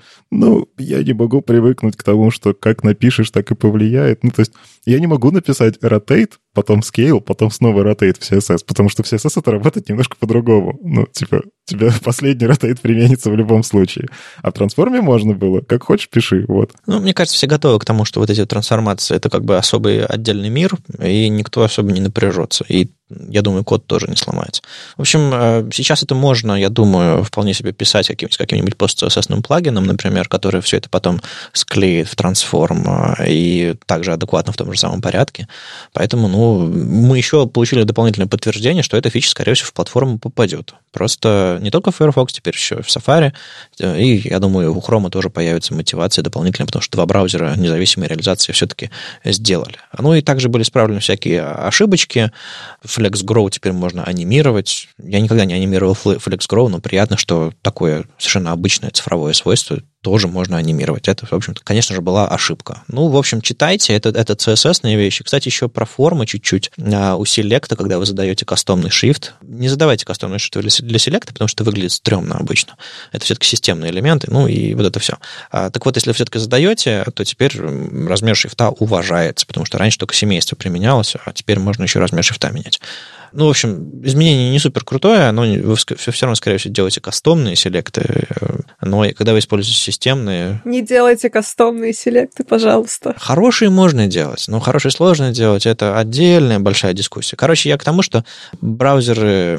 Я не могу привыкнуть к тому, что как напишешь, так и повлияет. То есть я не могу написать rotate, потом scale, потом снова rotate в CSS, потому что в CSS это работает немножко по-другому. Тебе последний rotate применится в любом случае. А в трансформе можно было. Как хочешь, пиши. Вот. Мне кажется, все готовы к тому, что вот эти трансформации — это как бы особый отдельный мир, и никто особо не напряжется. И я думаю, код тоже не сломается. В общем, сейчас это можно, я думаю, вполне себе писать каким-нибудь пост-CSS-ным плагином, например, который все это потом склеит в трансформ и также адекватно в том же самом порядке. Поэтому, мы еще получили дополнительное подтверждение, что эта фича, скорее всего, в платформу попадет. Просто не только в Firefox, теперь еще и в Safari. И, я думаю, у Chrome тоже появится мотивация дополнительная, потому что два браузера независимой реализации все-таки сделали. И также были исправлены всякие ошибочки. FlexGrow теперь можно анимировать. Я никогда не анимировал FlexGrow, но приятно, что такое совершенно обычное цифровое свойство тоже можно анимировать. Это, в общем-то, конечно же, была ошибка. В общем, читайте, это CSS-ные вещи. Кстати, еще про формы чуть-чуть. У селекта, когда вы задаете кастомный шрифт, не задавайте кастомный шрифт для селекта, потому что выглядит стрёмно обычно. Это все-таки системные элементы, и вот это все. Так вот, если вы все-таки задаете, то теперь размер шрифта уважается, потому что раньше только семейство применялось, а теперь можно еще размер шрифта менять. В общем, изменение не супер крутое, но вы все равно, скорее всего, делаете кастомные селекты, но когда вы используете системные... Не делайте кастомные селекты, пожалуйста. Хорошие можно делать, но хорошие сложно делать. Это отдельная большая дискуссия. Я к тому, что браузеры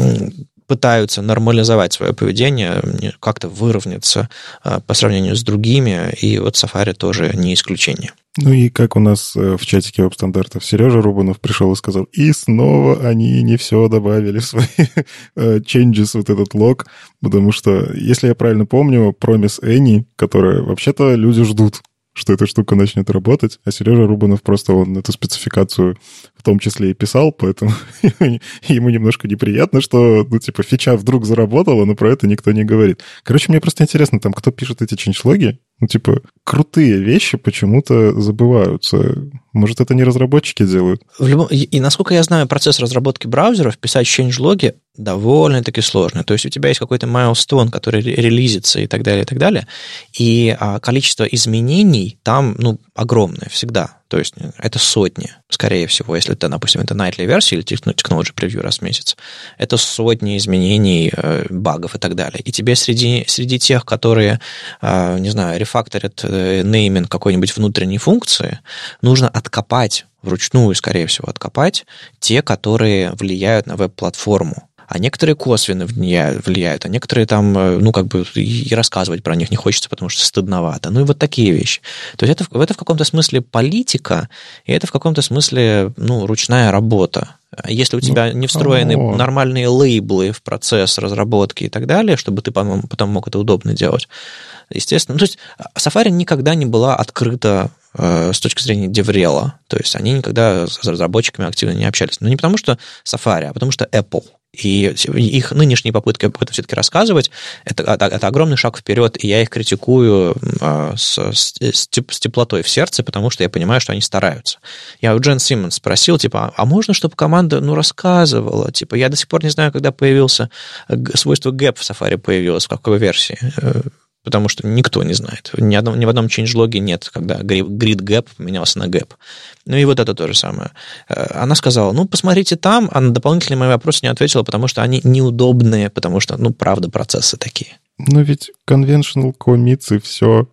пытаются нормализовать свое поведение, как-то выровняться по сравнению с другими, и вот Safari тоже не исключение. И как у нас в чатике веб-стандартов Сережа Рубанов пришел и сказал, и снова они не все добавили в свои changes, вот этот лог, потому что, если я правильно помню, Promise Any, которая вообще-то люди ждут, что эта штука начнет работать, а Сережа Рубанов просто он эту спецификацию в том числе и писал, поэтому ему немножко неприятно, что, фича вдруг заработала, но про это никто не говорит. Короче, мне просто интересно, там, кто пишет эти чейндж-логи, крутые вещи почему-то забываются. Может, это не разработчики делают? И насколько я знаю, процесс разработки браузеров, писать чейндж-логи довольно-таки сложный. То есть у тебя есть какой-то milestone, который релизится и так далее, и количество изменений там, огромное всегда. То есть это сотни, скорее всего, если это, допустим, это nightly версия или technology preview раз в месяц. Это сотни изменений, багов и так далее. И тебе среди тех, которые, не знаю, рефакторят нейминг какой-нибудь внутренней функции, нужно откопать, вручную, скорее всего, откопать те, которые влияют на веб-платформу. А некоторые косвенно влияют, а некоторые там, и рассказывать про них не хочется, потому что стыдновато. И вот такие вещи. То есть это в каком-то смысле политика, и это в каком-то смысле, ручная работа. Если у тебя не встроены нормальные лейблы в процесс разработки и так далее, чтобы ты потом мог это удобно делать, естественно. То есть Safari никогда не была открыта с точки зрения DevRel. То есть они никогда с разработчиками активно не общались. Но не потому что Safari, а потому что Apple. И их нынешние попытки об этом все-таки рассказывать, это огромный шаг вперед, и я их критикую с теплотой в сердце, потому что я понимаю, что они стараются. Я у Джен Симмонс спросил, а можно, чтобы команда, рассказывала? Я до сих пор не знаю, когда появился свойство gap в Safari появилось, в какой версии. Потому что никто не знает. Ни в одном changelog нет, когда grid gap поменялся на gap. И вот это то же самое. Она сказала, посмотрите там, а на дополнительные мои вопросы не ответила, потому что они неудобные, потому что, правда, процессы такие. Но ведь conventional commits и все.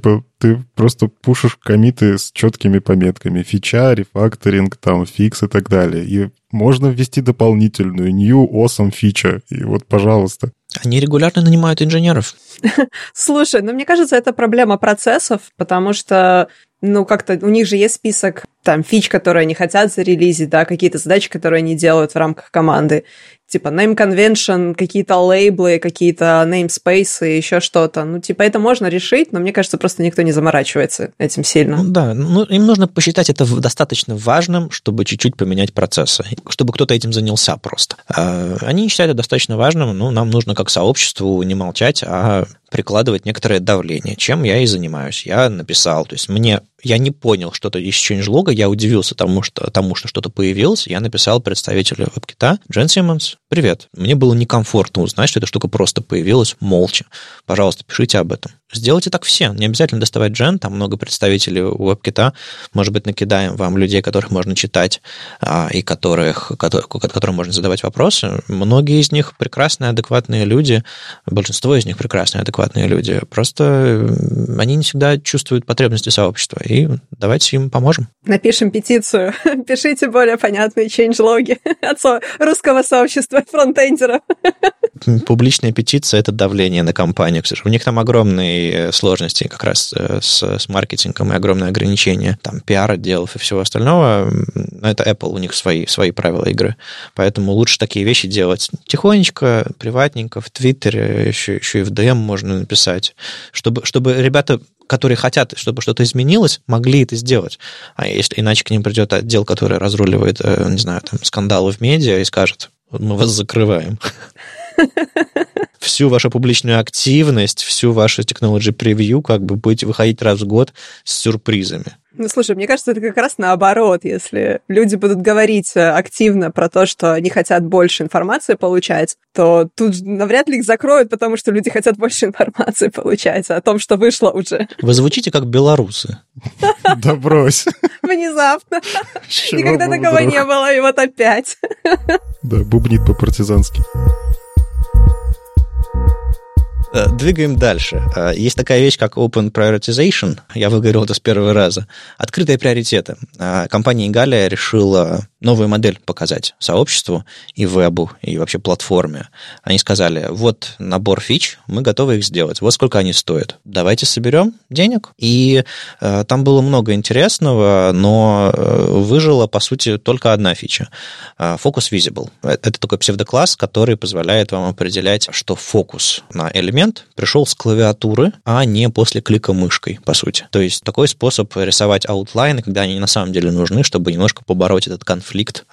Ты просто пушишь коммиты с четкими пометками. Фича, рефакторинг, фикс и так далее. И можно ввести дополнительную new awesome фича. И вот, пожалуйста. Они регулярно нанимают инженеров. Слушай, мне кажется, это проблема процессов, потому что, как-то у них же есть список фич, которые они хотят зарелизить, да, какие-то задачи, которые они делают в рамках команды. Name convention, какие-то лейблы, какие-то namespace и еще что-то. Это можно решить, но мне кажется, просто никто не заморачивается этим сильно. Им нужно посчитать это достаточно важным, чтобы чуть-чуть поменять процессы, чтобы кто-то этим занялся просто. Они считают это достаточно важным, нам нужно как сообществу не молчать, а прикладывать некоторое давление, чем я и занимаюсь. Я написал, то есть я не понял что-то из changelog, я удивился тому, что что-то появилось, я написал представителю WebKit, Джен Симмонс, привет, мне было некомфортно узнать, что эта штука просто появилась молча. Пожалуйста, пишите об этом. Сделайте так все, не обязательно доставать Джен, там много представителей у WebKit, может быть, накидаем вам людей, которых можно читать, и которым можно задавать вопросы. Многие из них прекрасные, адекватные люди, большинство из них прекрасные, адекватные люди, просто они не всегда чувствуют потребности сообщества, и давайте им поможем. Напишем петицию, пишите более понятные changelog от русского сообщества фронтендеров. Публичная петиция – это давление на компанию. У них там огромные сложности как раз с маркетингом и огромные ограничения, пиар-отделов и всего остального. Но это Apple, у них свои правила игры. Поэтому лучше такие вещи делать тихонечко, приватненько, в Твиттере, еще и в DM можно написать, чтобы ребята, которые хотят, чтобы что-то изменилось, могли это сделать. А если иначе к ним придет отдел, который разруливает, не знаю, скандалы в медиа и скажет, мы вас закрываем. Всю вашу публичную активность, всю вашу technology preview будете выходить раз в год с сюрпризами. Слушай, мне кажется, это как раз наоборот. Если люди будут говорить активно про то, что они хотят больше информации получать, то тут навряд ли их закроют, потому что люди хотят больше информации получать о том, что вышло уже. Вы звучите как белорусы. Да брось. Внезапно. Никогда такого не было, и вот опять. Да, бубнит по-партизански. Двигаем дальше. Есть такая вещь, как Open Prioritization. Я выговорил это с первого раза. Открытые приоритеты. Компания Igalia решила новую модель показать сообществу и вебу, и вообще платформе. Они сказали, вот набор фич, мы готовы их сделать. Вот сколько они стоят. Давайте соберем денег. И там было много интересного, но выжила, по сути, только одна фича. Focus Visible. Это такой псевдокласс, который позволяет вам определять, что фокус на элемент элемент пришел с клавиатуры, а не после клика мышкой, по сути. То есть такой способ рисовать аутлайны, когда они на самом деле нужны, чтобы немножко побороть этот конфликт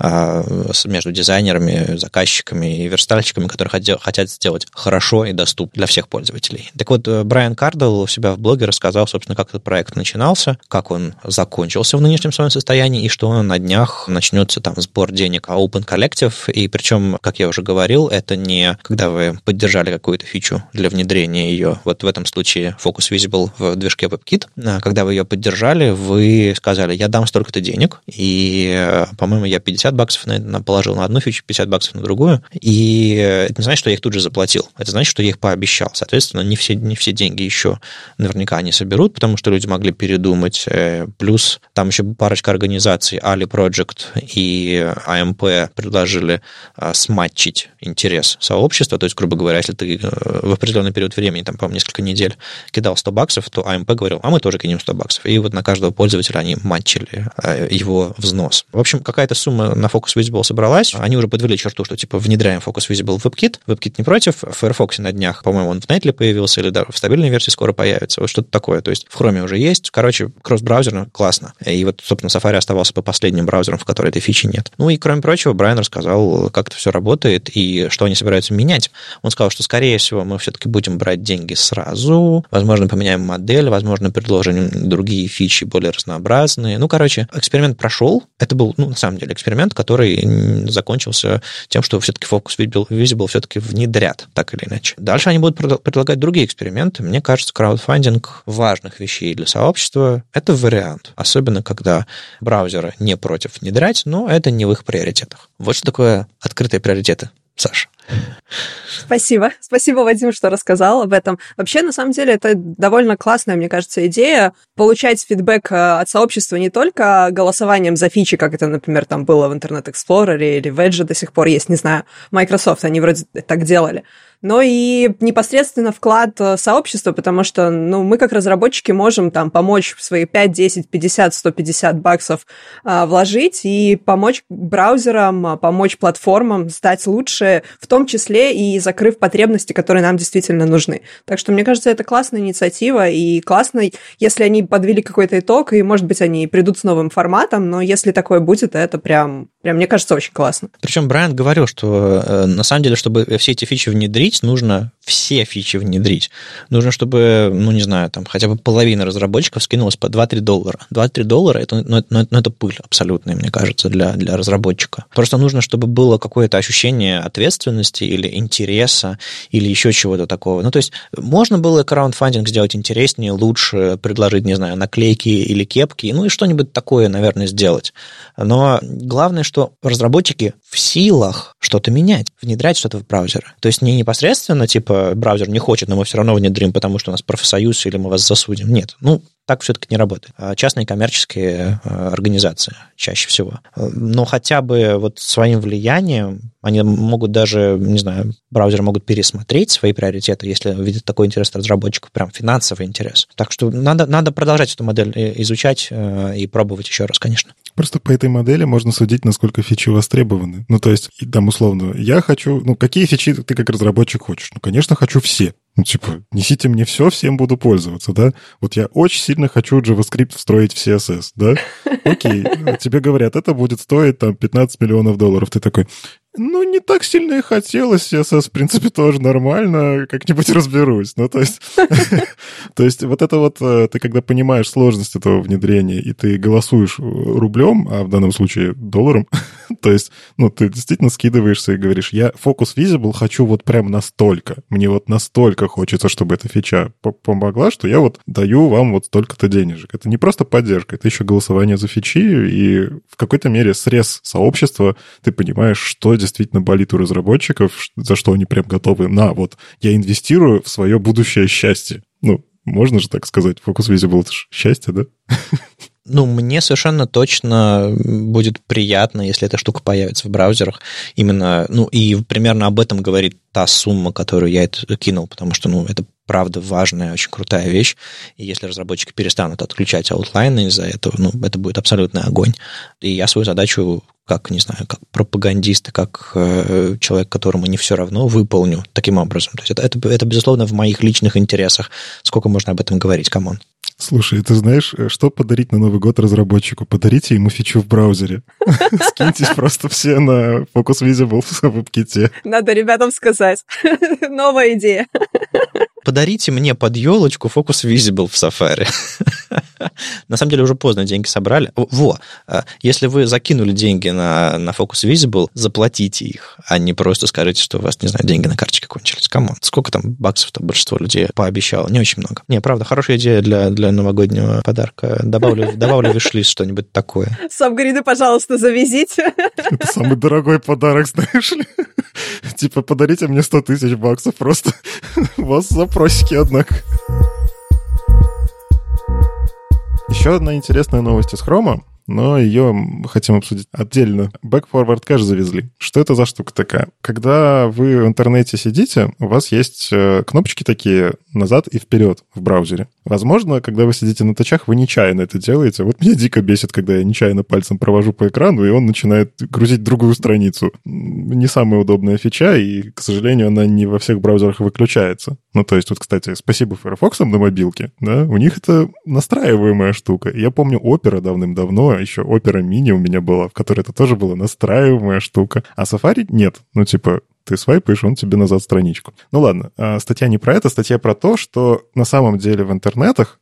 между дизайнерами, заказчиками и верстальщиками, которые хотят сделать хорошо и доступно для всех пользователей. Так вот, Брайан Кардел у себя в блоге рассказал, собственно, как этот проект начинался, как он закончился в нынешнем своем состоянии, и что на днях начнется там сбор денег Open Collective, и причем, как я уже говорил, это не когда вы поддержали какую-то фичу для внедрения ее, вот в этом случае Focus Visible в движке WebKit, когда вы ее поддержали, вы сказали, я дам столько-то денег, и, по-моему, я $50 положил на одну фичу, $50 на другую, и это не значит, что я их тут же заплатил, это значит, что я их пообещал. Соответственно, не все деньги еще наверняка они соберут, потому что люди могли передумать, плюс там еще парочка организаций, Ali Project и AMP предложили сматчить интерес сообщества, то есть, грубо говоря, если ты в определенный период времени, там, по-моему, несколько недель кидал $100, то AMP говорил, а мы тоже кинем $100. И вот на каждого пользователя они матчили его взнос. В общем, какая-то сумма на Focus Visible собралась, они уже подвели черту, что типа внедряем Focus Visible в WebKit. WebKit не против, в Firefox на днях, по-моему, он в Netly появился, или даже в стабильной версии скоро появится, вот что-то такое. То есть в Chrome уже есть, короче, кросс-браузерно, классно. И вот, собственно, Safari оставался по последним браузерам, в которой этой фичи нет. Ну и, кроме прочего, Брайан рассказал, как это все работает и что они собираются менять. Он сказал, что, скорее всего, мы все-таки будем брать деньги сразу, возможно, поменяем модель, возможно, предложим другие фичи более разнообразные. Ну, короче, эксперимент прошел. Это был, на самом деле, эксперимент, который закончился тем, что все-таки Focus Visible все-таки внедрят, так или иначе. Дальше они будут предлагать другие эксперименты. Мне кажется, краудфандинг важных вещей для сообщества — это вариант. Особенно, когда браузеры не против внедрять, но это не в их приоритетах. Вот что такое открытые приоритеты, Саша. Спасибо. Спасибо, Вадим, что рассказал об этом. Вообще, на самом деле, это довольно классная, мне кажется, идея получать фидбэк от сообщества не только голосованием за фичи, как это, например, там было в Internet Explorer или в Edge до сих пор есть, не знаю, Microsoft, они вроде так делали, но и непосредственно вклад сообщества, потому что, мы как разработчики можем там помочь свои 5, 10, 50, 150 баксов вложить и помочь браузерам, помочь платформам стать лучше, в том числе и закрыв потребности, которые нам действительно нужны. Так что, мне кажется, это классная инициатива, и классно, если они подвели какой-то итог, и, может быть, они придут с новым форматом, но если такое будет, это прям мне кажется, очень классно. Причем Брайан говорил, что на самом деле, чтобы все эти фичи внедрить, нужно все фичи внедрить. Нужно, чтобы, не знаю, там хотя бы половина разработчиков скинулась по $2-3. $2-3 это пыль абсолютная, мне кажется, для разработчика. Просто нужно, чтобы было какое-то ощущение ответственности или интереса, или еще чего-то такого. То есть можно было краундфандинг сделать интереснее, лучше, предложить, не знаю, наклейки или кепки, и что-нибудь такое, наверное, сделать. Но главное, что разработчики в силах что-то менять, внедрять что-то в браузеры. То есть не непосредственно, типа, браузер не хочет, но мы все равно внедрим, потому что у нас профсоюз или мы вас засудим. Нет, так все-таки не работает. Частные коммерческие организации чаще всего. Но хотя бы вот своим влиянием они могут даже, не знаю, браузеры могут пересмотреть свои приоритеты, если видят такой интерес от разработчиков, прям финансовый интерес. Так что надо продолжать эту модель изучать и пробовать еще раз, конечно. Просто по этой модели можно судить, насколько фичи востребованы. То есть, там, условно, я хочу... какие фичи ты как разработчик хочешь? Конечно, хочу все. Несите мне все, всем буду пользоваться, да? Вот я очень сильно хочу JavaScript встроить в CSS, да? Окей, тебе говорят, это будет стоить там $15 миллионов. Ты такой, не так сильно и хотелось, CSS, в принципе, тоже нормально, как-нибудь разберусь. То есть вот это вот, ты когда понимаешь сложность этого внедрения, и ты голосуешь рублем, а в данном случае долларом, то есть, ты действительно скидываешься и говоришь, я Focus Visible хочу вот прям настолько, мне вот настолько хочется, чтобы эта фича помогла, что я вот даю вам вот столько-то денежек. Это не просто поддержка, это еще голосование за фичи, и в какой-то мере срез сообщества, ты понимаешь, что действительно болит у разработчиков, за что они прям готовы. Я инвестирую в свое будущее счастье. Можно же так сказать, Focus Visible — это же счастье, да? Мне совершенно точно будет приятно, если эта штука появится в браузерах. Именно, и примерно об этом говорит та сумма, которую я кинул, потому что, это правда важная, очень крутая вещь. И если разработчики перестанут отключать аутлайны из-за этого, это будет абсолютный огонь. И я свою задачу, как пропагандист, как человек, которому не все равно, выполню таким образом. То есть это безусловно, в моих личных интересах. Сколько можно об этом говорить? Камон. Слушай, ты знаешь, что подарить на Новый год разработчику? Подарите ему фичу в браузере. Скиньтесь просто все на Focus Visible в WebKit. Надо ребятам сказать. Новая идея. Подарите мне под елочку Focus Visible в Safari. На самом деле уже поздно, деньги собрали. Если вы закинули деньги на Focus Visible, заплатите их, а не просто скажите, что у вас, не знаю, деньги на карточке кончились. Камон, сколько там баксов-то большинство людей пообещало? Не очень много. Не, правда, хорошая идея для новогоднего подарка. Добавлю в виш-лист что-нибудь такое. Сабгриды, пожалуйста, завезите. Это самый дорогой подарок, знаешь ли. Типа, подарите мне 100 тысяч баксов просто. У вас запросики, однако. Еще одна интересная новость из Chrome, но ее хотим обсудить отдельно. Back-forward кэш завезли. Что это за штука такая? Когда вы в интернете сидите, у вас есть кнопочки такие назад и вперед в браузере. Возможно, когда вы сидите на тачах, вы нечаянно это делаете. Вот меня дико бесит, когда я нечаянно пальцем провожу по экрану, и он начинает грузить другую страницу. Не самая удобная фича, и, к сожалению, она не во всех браузерах выключается. То есть, кстати, спасибо Firefox на мобилке, да, у них это настраиваемая штука. Я помню Opera давным-давно, еще Opera Mini у меня была, в которой это тоже была настраиваемая штука. А Safari нет. Ты свайпаешь, он тебе назад страничку. Ладно, статья не про это, статья про то, что на самом деле в интернетах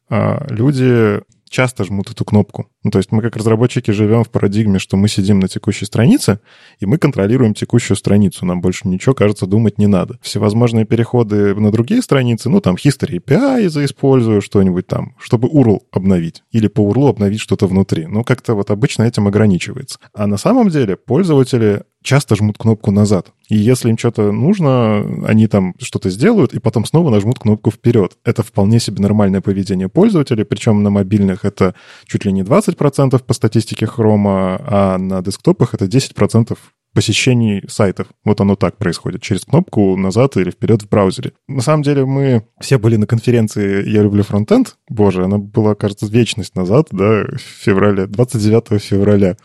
люди часто жмут эту кнопку. То есть мы как разработчики живем в парадигме, что мы сидим на текущей странице, и мы контролируем текущую страницу. Нам больше ничего, кажется, думать не надо. Всевозможные переходы на другие страницы, History API заиспользую, что-нибудь там, чтобы URL обновить. Или по URL обновить что-то внутри. Как-то обычно этим ограничивается. А на самом деле пользователи часто жмут кнопку назад. И если им что-то нужно, они там что-то сделают, и потом снова нажмут кнопку вперед. Это вполне себе нормальное поведение пользователей, причем на мобильных это чуть ли не 20% по статистике Chrome, а на десктопах это 10% посещений сайтов. Вот оно так происходит, через кнопку назад или вперед в браузере. На самом деле мы все были на конференции «Я люблю фронтенд». Боже, она была, кажется, вечность назад, да, в феврале, 29 февраля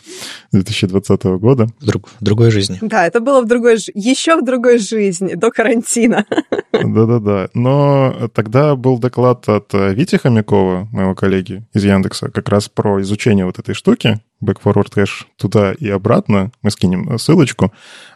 2020 года. В другой жизни. Да, это было еще в другой жизни, до карантина. Да-да-да. Но тогда был доклад от Вити Хомякова, моего коллеги из Яндекса, как раз про изучение вот этой штуки, back-forward кэш туда и обратно. Мы скинем ссылочку.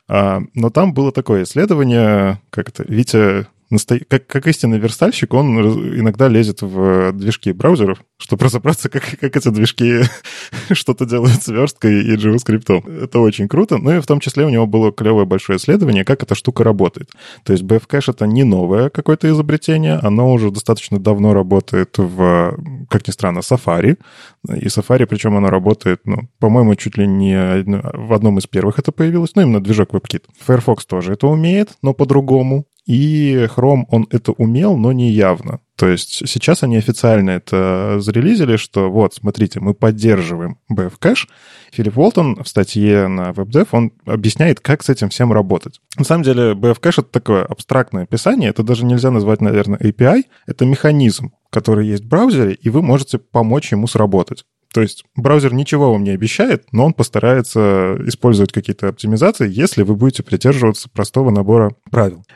Но там было такое исследование, Витя, как истинный верстальщик, он иногда лезет в движки браузеров, чтобы разобраться, как эти движки что-то делают с версткой и JavaScript. Это очень круто. И в том числе у него было клевое большое исследование, как эта штука работает. То есть BF-кэш — это не новое какое-то изобретение, оно уже достаточно давно работает в, как ни странно, Safari. И Safari, причем оно работает, по-моему, чуть ли не в одном из первых это появилось, именно движок WebKit. Firefox тоже это умеет, но по-другому. И Chrome, он это умел, но не явно. То есть сейчас они официально это зарелизили, что вот, смотрите, мы поддерживаем BF-кэш. Филипп Уолтон в статье на WebDev, он объясняет, как с этим всем работать. На самом деле BF-кэш — это такое абстрактное описание, это даже нельзя назвать, наверное, API. Это механизм, который есть в браузере, и вы можете помочь ему сработать. То есть браузер ничего вам не обещает, но он постарается использовать какие-то оптимизации, если вы будете придерживаться простого набора правил.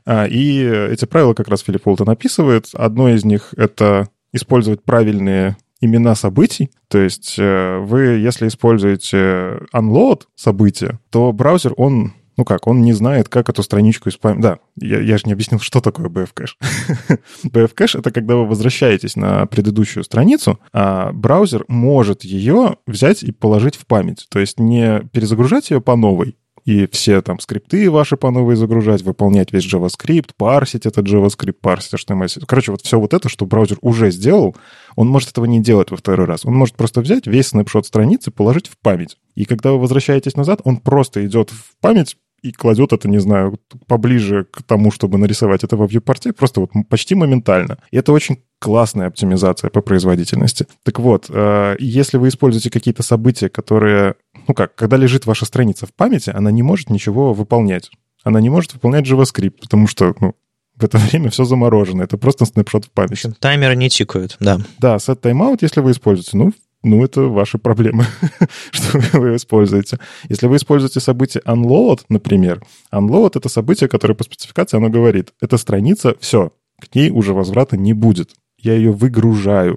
И эти правила как раз Филипп Уолтон описывает. Одно из них — это использовать правильные имена событий. То есть вы, если используете unload события, то браузер, он не знает, как эту страничку исправить. Да, я же не объяснил, что такое BF-кэш. BF-кэш — это когда вы возвращаетесь на предыдущую страницу, а браузер может ее взять и положить в память. То есть не перезагружать ее по новой, и все там скрипты ваши по новой загружать, выполнять весь JavaScript, парсить этот JavaScript, парсить HTML. Короче, вот все вот это, что браузер уже сделал, он может этого не делать во второй раз. Он может просто взять весь снапшот страницы, положить в память. И когда вы возвращаетесь назад, он просто идет в память и кладет это, не знаю, поближе к тому, чтобы нарисовать это во вьюпорте, просто вот почти моментально. И это очень классная оптимизация по производительности. Так вот, если вы используете какие-то события, которые... когда лежит ваша страница в памяти, она не может ничего выполнять. Она не может выполнять JavaScript, потому что, в это время все заморожено. Это просто снапшот в памяти. В общем, таймеры не тикают, да. Да, set timeout, если вы используете, это ваши проблемы, что вы его используете. Если вы используете событие unload, например, unload — это событие, которое по спецификации оно говорит, эта страница, все, к ней уже возврата не будет. Я ее выгружаю.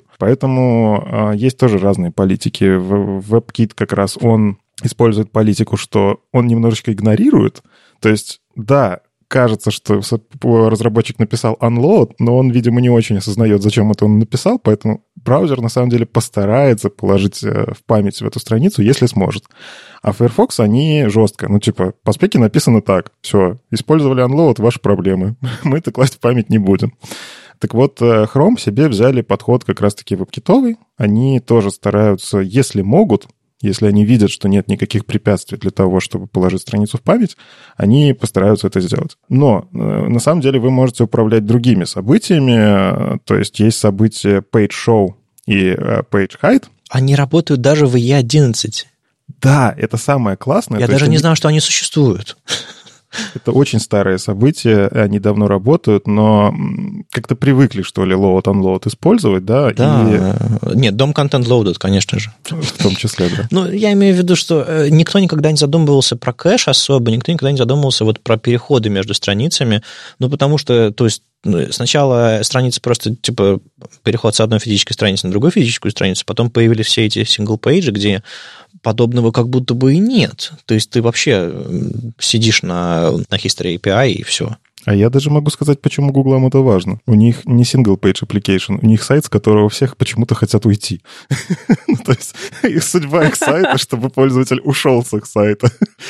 Поэтому есть тоже разные политики. WebKit как раз он использует политику, что он немножечко игнорирует. То есть, да, кажется, что разработчик написал unload, но он, видимо, не очень осознает, зачем это он написал, поэтому браузер на самом деле постарается положить в память в эту страницу, если сможет. А Firefox, они жестко. По спеке написано так. Все, использовали unload, ваши проблемы. Мы это класть в память не будем. Так вот, Chrome себе взяли подход как раз-таки веб-китовый. Они тоже стараются, если могут, если они видят, что нет никаких препятствий для того, чтобы положить страницу в память, они постараются это сделать. Но на самом деле вы можете управлять другими событиями. То есть события PageShow и PageHide. Они работают даже в IE11. Да, это самое классное. Я даже не знаю, что они существуют. Это очень старые события, они давно работают, но как-то привыкли, что ли, load-unload использовать, да? Да. Нет, DOM Content Loaded, конечно же. В том числе, да. Я имею в виду, что никто никогда не задумывался про кэш особо, никто никогда не задумывался вот про переходы между страницами, потому что, то есть, сначала страница просто, переход с одной физической страницы на другую физическую страницу, потом появились все эти сингл-пейджи, где подобного как будто бы и нет. То есть ты вообще сидишь на History API и все. А я даже могу сказать, почему Гуглам это важно. У них не single-page application, у них сайт, с которого всех почему-то хотят уйти. То есть их судьба их сайта, чтобы пользователь ушел с их сайта.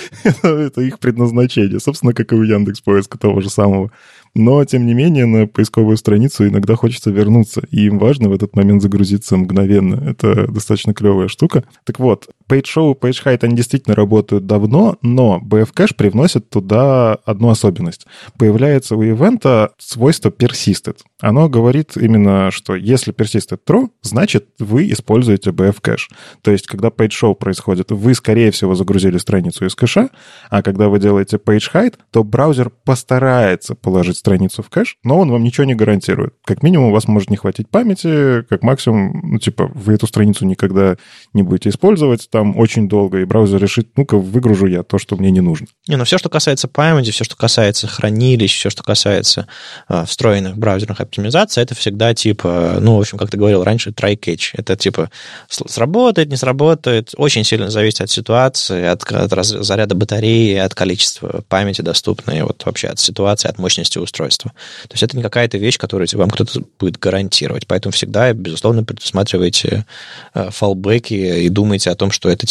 Это их предназначение. Собственно, как и у Яндекс.Поиска того же самого. Но, тем не менее, на поисковую страницу иногда хочется вернуться, и им важно в этот момент загрузиться мгновенно. Это достаточно клевая штука. Так вот, PageShow и PageHide, они действительно работают давно, но BFCache привносит туда одну особенность. Появляется у ивента свойство persisted. Оно говорит именно, что если persisted true, значит, вы используете BFCache. То есть, когда PageShow происходит, вы, скорее всего, загрузили страницу из кэша, а когда вы делаете PageHide, то браузер постарается положить страницу в кэш, но он вам ничего не гарантирует. Как минимум, у вас может не хватить памяти, как максимум, вы эту страницу никогда не будете использовать там очень долго, и браузер решит, выгружу я то, что мне не нужно. Все, что касается памяти, все, что касается хранилищ, все, что касается встроенных браузерных оптимизаций, это всегда в общем, как ты говорил раньше, try catch. Это сработает, не сработает, очень сильно зависит от ситуации, от заряда батареи, от количества памяти доступной, вообще от ситуации, от мощности устройства. То есть это не какая-то вещь, которую вам кто-то будет гарантировать. Поэтому всегда, безусловно, предусматривайте фаллбеки и думайте о том, что это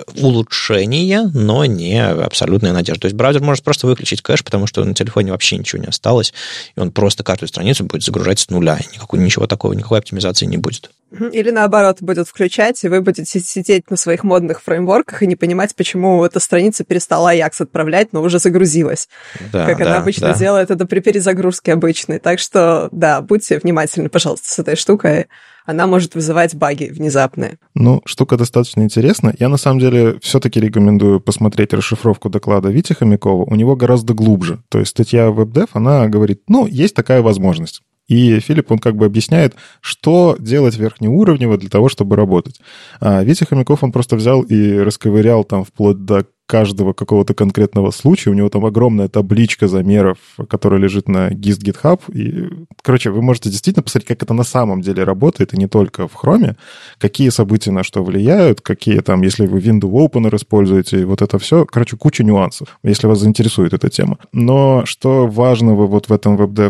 улучшение, но не абсолютная надежда. То есть браузер может просто выключить кэш, потому что на телефоне вообще ничего не осталось, и он просто каждую страницу будет загружать с нуля. Ничего такого, никакой оптимизации не будет. Или наоборот, будет включать, и вы будете сидеть на своих модных фреймворках и не понимать, почему эта страница перестала Ajax отправлять, но уже загрузилась. Да, как она обычно делает это при перезагрузке обычной. Так что, да, будьте внимательны, пожалуйста, с этой штукой. Она может вызывать баги внезапные. Штука достаточно интересная. Я, на самом деле, все-таки рекомендую посмотреть расшифровку доклада Вити Хомякова. У него гораздо глубже. То есть статья WebDev, она говорит, есть такая возможность. И Филипп, он объясняет, что делать верхнеуровнево для того, чтобы работать. А Витя Хомяков, он просто взял и расковырял там вплоть до каждого какого-то конкретного случая. У него там огромная табличка замеров, которая лежит на GIST GitHub. И, вы можете действительно посмотреть, как это на самом деле работает, и не только в Chrome, какие события на что влияют, какие там, если вы Window Opener используете, это все. Куча нюансов, если вас заинтересует эта тема. Но что важного в этой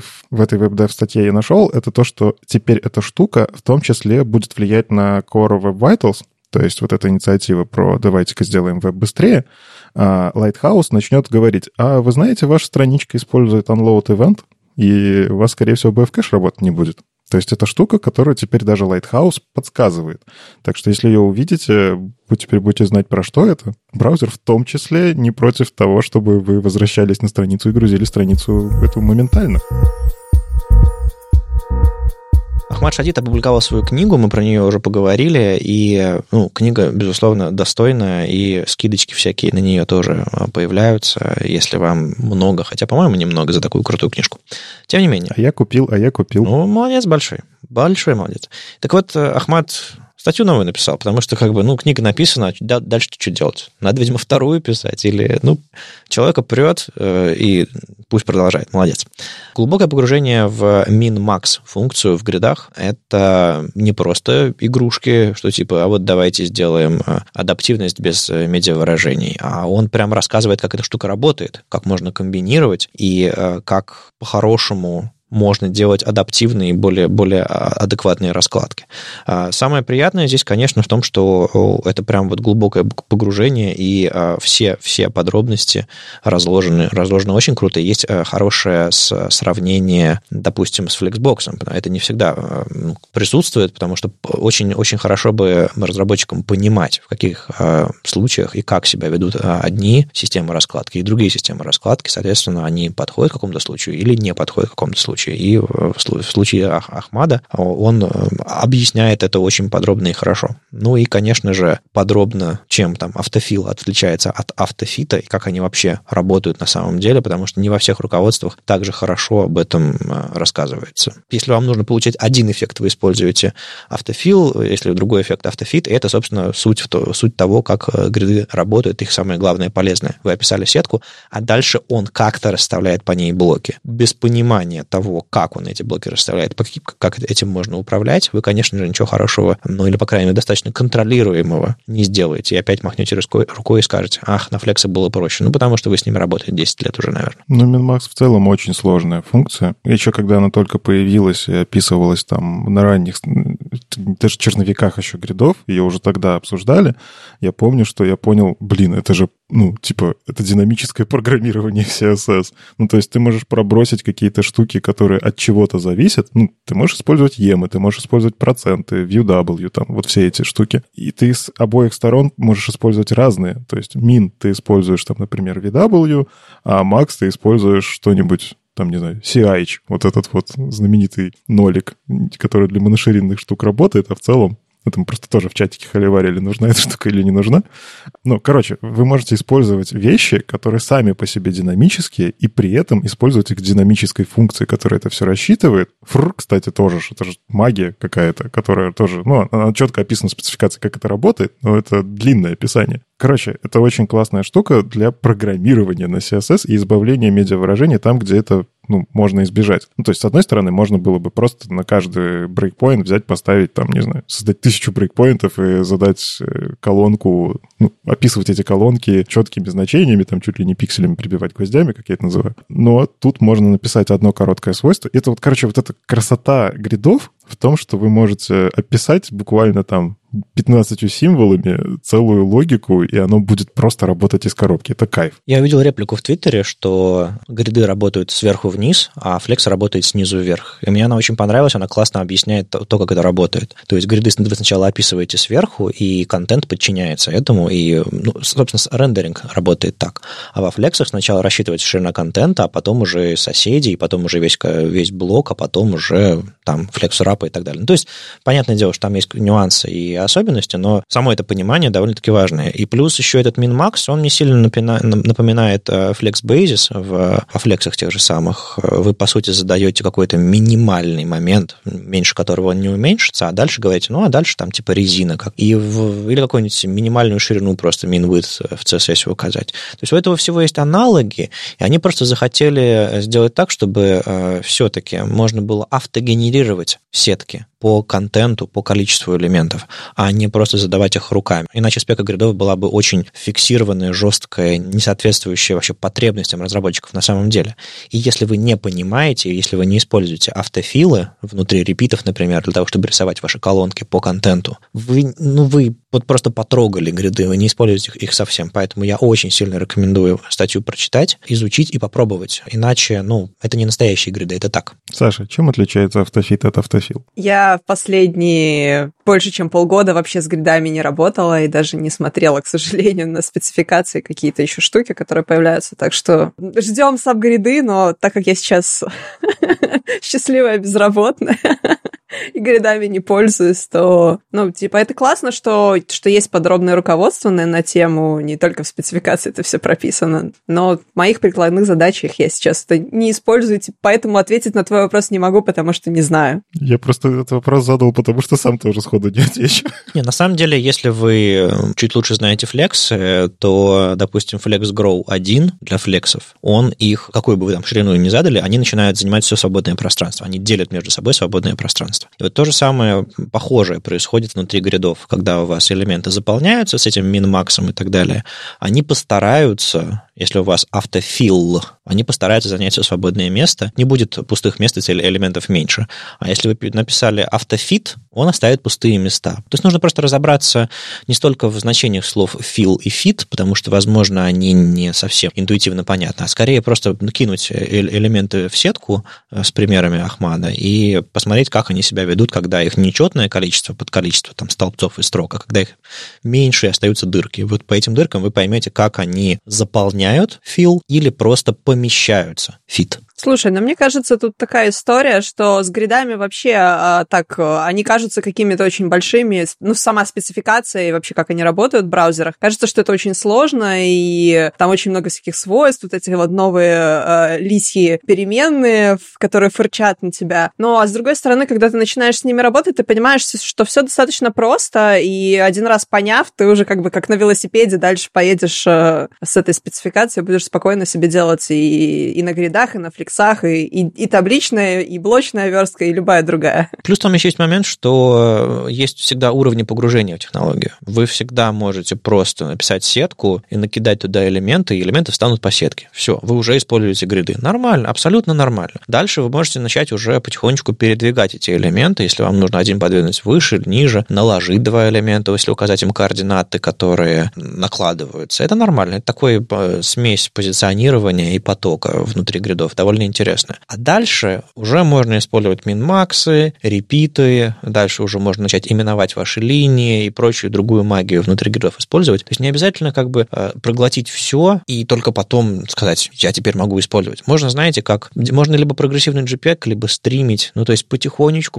WebDev статье я нашел, это то, что теперь эта штука в том числе будет влиять на Core Web Vitals. То есть эта инициатива про «давайте-ка сделаем веб быстрее», Lighthouse начнет говорить, а вы знаете, ваша страничка использует unload event, и у вас, скорее всего, BFCache работать не будет. То есть это штука, которую теперь даже Lighthouse подсказывает. Так что если ее увидите, вы теперь будете знать, про что это. Браузер в том числе не против того, чтобы вы возвращались на страницу и грузили страницу эту моментально. Ахмад Шадид опубликовал свою книгу, мы про нее уже поговорили, и книга, безусловно, достойная, и скидочки всякие на нее тоже появляются, если вам много, хотя, по-моему, немного за такую крутую книжку. Тем не менее. А я купил. Ну, молодец большой. Большой молодец. Так вот, Ахмад статью новую написал, потому что, книга написана, а дальше что делать? Надо, видимо, вторую писать, или, человека прет, и пусть продолжает. Молодец. Глубокое погружение в min-max функцию в гридах — это не просто игрушки, что типа, а вот давайте сделаем адаптивность без медиавыражений, а он прям рассказывает, как эта штука работает, как можно комбинировать, и как по-хорошему можно делать адаптивные и более адекватные раскладки. Самое приятное здесь, конечно, в том, что это прям вот глубокое погружение, и все подробности разложены очень круто. Есть хорошее сравнение, допустим, с Flexbox. Это не всегда присутствует, потому что очень хорошо бы разработчикам понимать, в каких случаях и как себя ведут одни системы раскладки и другие системы раскладки. Соответственно, они подходят к какому-то случаю или не подходят к какому-то случаю. И в случае Ахмада он объясняет это очень подробно и хорошо. Ну и, конечно же, подробно, чем там автофил отличается от автофита и как они вообще работают на самом деле, потому что не во всех руководствах также хорошо об этом рассказывается. Если вам нужно получать один эффект, вы используете автофил, если другой эффект автофит, и это, собственно, суть того, как гриды работают, их самое главное полезное. Вы описали сетку, а дальше он как-то расставляет по ней блоки. Без понимания того, как он эти блоки расставляет, как этим можно управлять, вы, конечно же, ничего хорошего, или, по крайней мере, достаточно контролируемого не сделаете. И опять махнете рукой и скажете, на Flex было проще. Потому что вы с ними работаете 10 лет уже, наверное. Min-max в целом очень сложная функция. Еще когда она только появилась и описывалась там на ранних, даже черновиках еще гридов, ее уже тогда обсуждали, я помню, что я понял, это же, это динамическое программирование в CSS. То есть ты можешь пробросить какие-то штуки, которые от чего-то зависят. Ты можешь использовать емы, ты можешь использовать проценты, VW, там, вот все эти штуки. И ты с обоих сторон можешь использовать разные. То есть min ты используешь, там, например, VW, а max ты используешь что-нибудь, там, не знаю, CH, вот этот вот знаменитый нолик, который для моноширинных штук работает, а в целом это мы просто тоже в чатике холиварили, нужна эта штука или не нужна. Вы можете использовать вещи, которые сами по себе динамические, и при этом использовать их динамической функцией, которая это все рассчитывает. Кстати, тоже, это же магия какая-то, которая тоже, она четко описана в спецификации, как это работает, но это длинное описание. Это очень классная штука для программирования на CSS и избавления медиавыражений там, где это можно избежать. То есть, с одной стороны, можно было бы просто на каждый брейкпоинт взять, поставить, там, не знаю, создать 1000 брейкпоинтов и задать колонку, описывать эти колонки четкими значениями, там, чуть ли не пикселями прибивать гвоздями, как я это называю. Но тут можно написать одно короткое свойство. Это вот эта красота гридов в том, что вы можете описать буквально там 15 символами целую логику, и оно будет просто работать из коробки. Это кайф. Я увидел реплику в Твиттере, что гриды работают сверху вниз, а Flex работает снизу вверх. И мне она очень понравилась, она классно объясняет то, как это работает. То есть гриды вы сначала описываете сверху, и контент подчиняется этому, и, собственно, рендеринг работает так. А во Flex сначала рассчитывается ширина контента, а потом уже соседи, и потом уже весь блок, а потом уже там флексурапы и так далее. То есть, понятное дело, что там есть нюансы и особенности, но само это понимание довольно-таки важное. И плюс еще этот min-max, он мне сильно напоминает FlexBasis во флексах тех же самых. Вы, по сути, задаете какой-то минимальный момент, меньше которого он не уменьшится, а дальше говорите, а дальше там типа резина. Или какую-нибудь минимальную ширину просто min-width в CSS указать. То есть у этого всего есть аналоги, и они просто захотели сделать так, чтобы все-таки можно было автогенерировать сетки по контенту, по количеству элементов, а не просто задавать их руками. Иначе спека гридов была бы очень фиксированная, жесткая, не соответствующая вообще потребностям разработчиков на самом деле. И если вы не понимаете, если вы не используете автофилы внутри репитов, например, для того, чтобы рисовать ваши колонки по контенту, вы вот просто потрогали гриды, вы не используете их совсем. Поэтому я очень сильно рекомендую статью прочитать, изучить и попробовать. Иначе, это не настоящие гриды, это так. Саша, чем отличается автофит от автофил? Я в последние больше чем полгода вообще с гридами не работала и даже не смотрела, к сожалению, на спецификации какие-то еще штуки, которые появляются. Так что ждем саб-гриды, но так как я сейчас счастливая безработная и гридами не пользуюсь, то, это классно, что есть подробное руководство на тему, не только в спецификации это все прописано, но в моих прикладных задачах я сейчас это не использую, поэтому ответить на твой вопрос не могу, потому что не знаю. Я просто этот вопрос задал, потому что сам тоже сходу не отвечу. Не, на самом деле, если вы чуть лучше знаете Flex, то, допустим, FlexGrow 1 для флексов, он их, какую бы вы там ширину ни задали, они начинают занимать все свободное пространство, они делят между собой свободное пространство. И вот то же самое похожее происходит внутри гридов, когда у вас элементы заполняются с этим min-максом и так далее, они постараются, если у вас автофилл, они постараются занять все свободное место, не будет пустых мест, если элементов меньше. А если вы написали автофит, он оставит пустые места. То есть нужно просто разобраться не столько в значениях слов fill и fit, потому что, возможно, они не совсем интуитивно понятны, а скорее просто кинуть элементы в сетку с примерами Ахмада и посмотреть, как они себя ведут, когда их нечетное количество под количество там, столбцов и строк, а когда их меньше и остаются дырки. Вот по этим дыркам вы поймете, как они заполняют fill или просто помещаются fit. Слушай, мне кажется, тут такая история, что с гридами вообще они кажутся какими-то очень большими, сама спецификация и вообще как они работают в браузерах. Кажется, что это очень сложно, и там очень много всяких свойств, вот эти вот новые лисьи переменные, которые фырчат на тебя. А с другой стороны, когда ты начинаешь с ними работать, ты понимаешь, что все достаточно просто, и один раз поняв, ты уже как на велосипеде дальше поедешь с этой спецификацией, будешь спокойно себе делать и на гридах, и на флексах, и табличная, и блочная верстка, и любая другая. Плюс там еще есть момент, что есть всегда уровни погружения в технологию. Вы всегда можете просто написать сетку и накидать туда элементы, и элементы встанут по сетке. Все, вы уже используете гриды. Нормально, абсолютно нормально. Дальше вы можете начать уже потихонечку передвигать эти элементы, если вам нужно один подвинуть выше, ниже, наложить два элемента, если указать им координаты, которые накладываются. Это нормально. Это такой смесь позиционирования и потока внутри гридов. Довольно интересно. А дальше уже можно использовать min-максы, репиты, дальше уже можно начать именовать ваши линии и прочую другую магию внутри гридов использовать. То есть не обязательно проглотить все и только потом сказать, я теперь могу использовать. Можно, знаете, можно либо прогрессивный JPEG, либо стримить, то есть потихонечку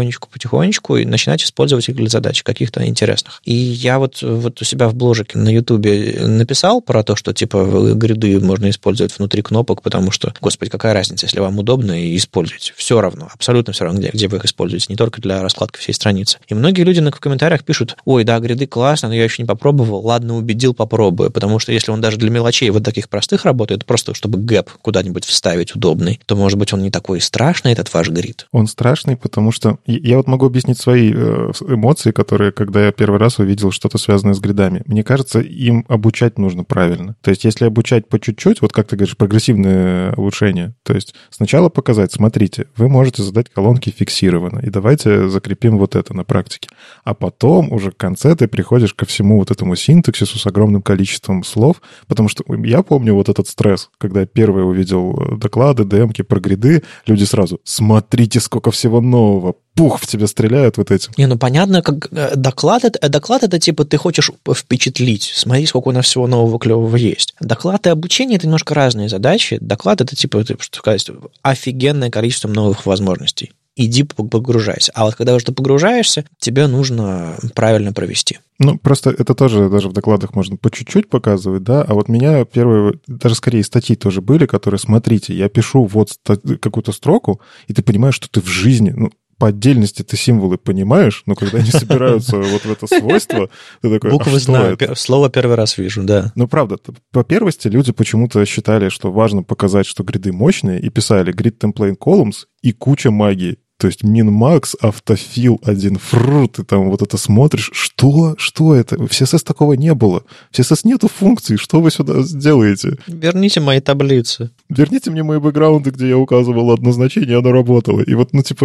и начинать использовать их для задач каких-то интересных. И я вот у себя в бложике на Ютубе написал про то, что гриды можно использовать внутри кнопок, потому что, господи, какая разница, если вам удобно, и используйте. Все равно, абсолютно все равно, где вы их используете, не только для раскладки всей страницы. И многие люди в комментариях пишут, ой, да, гриды классно, но я еще не попробовал, ладно, убедил, попробую, потому что если он даже для мелочей вот таких простых работает, просто чтобы гэп куда-нибудь вставить удобный, то, может быть, он не такой страшный, этот ваш грид. Он страшный, потому что я вот могу объяснить свои эмоции, которые, когда я первый раз увидел что-то связанное с гридами. Мне кажется, им обучать нужно правильно. То есть, если обучать по чуть-чуть, вот как ты говоришь, прогрессивное улучшение, то есть сначала показать, смотрите, вы можете задать колонки фиксированно, и давайте закрепим вот это на практике. А потом уже в конце ты приходишь ко всему вот этому синтаксису с огромным количеством слов, потому что я помню вот этот стресс, когда я первый увидел доклады, демки про гриды, люди сразу, смотрите, сколько всего нового, пух, в тебя стреляют вот этим. Понятно, как доклад это типа ты хочешь впечатлить, смотри, сколько у нас всего нового клевого есть. Доклад и обучение — это немножко разные задачи. Доклад — это типа, что сказать, офигенное количество новых возможностей. Иди погружайся. А вот когда уже ты погружаешься, тебе нужно правильно провести. Просто это тоже даже в докладах можно по чуть-чуть показывать, да, а вот меня первые, даже скорее статьи тоже были, которые, смотрите, я пишу вот какую-то строку, и ты понимаешь, что ты в жизни, по отдельности ты символы понимаешь, но когда они собираются вот в это свойство, ты такой, буквы знаю, слово первый раз вижу, да. Правда, по первости люди почему-то считали, что важно показать, что гриды мощные, и писали grid template columns и куча магии. То есть min-max, автофил, один фрут, ты там вот это смотришь. Что это? В CSS такого не было. В CSS нету функций. Что вы сюда сделаете? Верните мои таблицы. Верните мне мои бэкграунды, где я указывал одно значение, и оно работало. И вот,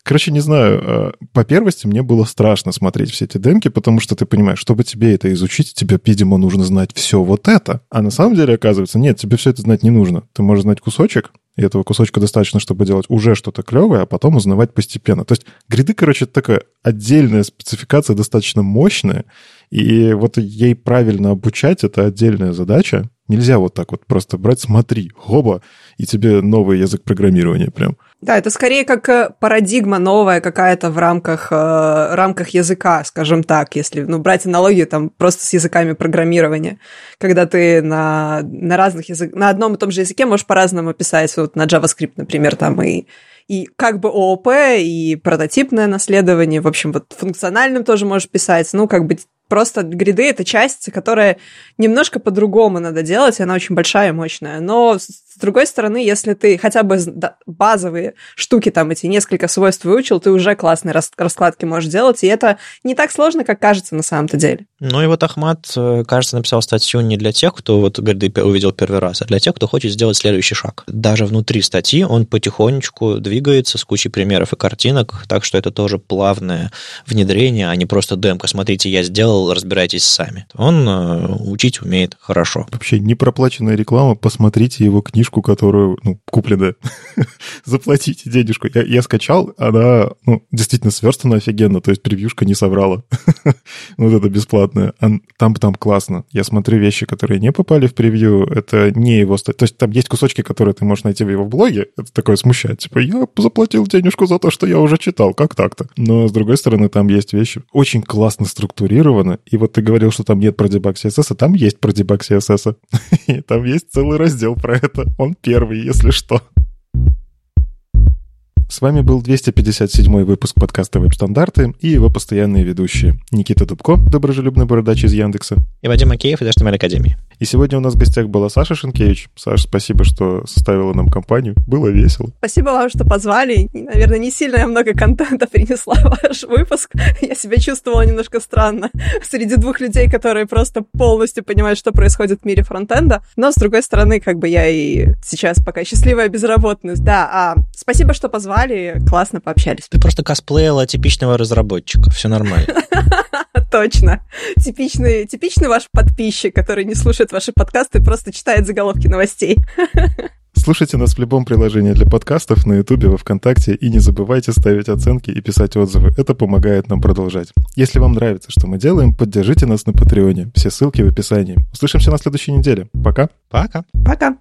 Короче, не знаю, по первости мне было страшно смотреть все эти демки, потому что ты понимаешь, чтобы тебе это изучить, тебе, видимо, нужно знать все вот это. А на самом деле, оказывается, нет, тебе все это знать не нужно. Ты можешь знать кусочек, и этого кусочка достаточно, чтобы делать уже что-то клевое, а потом узнавать постепенно. То есть гриды, короче, это такая отдельная спецификация, достаточно мощная, и вот ей правильно обучать — это отдельная задача. Нельзя вот так вот просто брать, смотри, хоба, и тебе новый язык программирования прям. Да, это скорее как парадигма новая какая-то в рамках языка, скажем так, если брать аналогию там просто с языками программирования, когда ты на разных языках, на одном и том же языке можешь по-разному писать, вот на JavaScript, например, там и как бы ООП, и прототипное наследование, в общем, вот функциональным тоже можешь писать, просто гриды — это часть, которая немножко по-другому надо делать, и она очень большая и мощная. Но, с другой стороны, если ты хотя бы базовые штуки, там, эти несколько свойств выучил, ты уже классные раскладки можешь делать, и это не так сложно, как кажется на самом-то деле. Ну и вот Ахмат, кажется, написал статью не для тех, кто вот гриды увидел первый раз, а для тех, кто хочет сделать следующий шаг. Даже внутри статьи он потихонечку двигается с кучей примеров и картинок, так что это тоже плавное внедрение, а не просто демка. Смотрите, я сделал, разбирайтесь сами. Он учить умеет хорошо. Вообще непроплаченная реклама. Посмотрите его книжку, которую, купленная. Заплатите денежку. Я скачал, она, действительно сверстана офигенно, то есть превьюшка не соврала. Вот это бесплатное. Там классно. Я смотрю вещи, которые не попали в превью, это не его... То есть там есть кусочки, которые ты можешь найти в его блоге, это такое смущает. Типа, я заплатил денежку за то, что я уже читал, как так-то? Но, с другой стороны, там есть вещи очень классно структурированы. И вот ты говорил, что там нет про дебаг CSS, а там есть про дебаг CSS. И там есть целый раздел про это. Он первый, если что. С вами был 257-й выпуск подкаста «Веб-стандарты» и его постоянные ведущие. Никита Дубко, доброжелюбный бородач из Яндекса. И Вадим Макеев из HTML Академии. И сегодня у нас в гостях была Саша Шенкевич. Саш, спасибо, что составила нам компанию. Было весело. Спасибо вам, что позвали. Наверное, не сильно я много контента принесла в ваш выпуск. Я себя чувствовала немножко странно среди двух людей, которые просто полностью понимают, что происходит в мире фронтенда. Но, с другой стороны, я и сейчас пока счастливая безработность. Да, спасибо, что позвали. Классно пообщались. Ты просто косплеила типичного разработчика. Все нормально. Точно. Типичный ваш подписчик, который не слушает ваши подкасты, просто читает заголовки новостей. Слушайте нас в любом приложении для подкастов, на Ютубе, во Вконтакте, и не забывайте ставить оценки и писать отзывы. Это помогает нам продолжать. Если вам нравится, что мы делаем, поддержите нас на Патреоне. Все ссылки в описании. Услышимся на следующей неделе. Пока. Пока. Пока.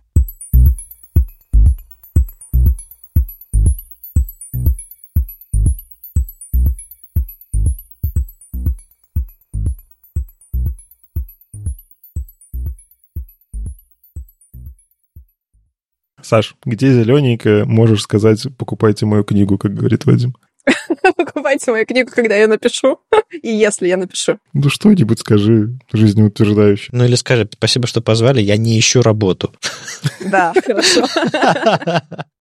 Саш, где зелененькая, можешь сказать, покупайте мою книгу, как говорит Вадим. Покупайте мою книгу, когда я напишу, и если я напишу. Ну что-нибудь скажи жизнеутверждающее. Ну или скажи, спасибо, что позвали, я не ищу работу. Да, хорошо.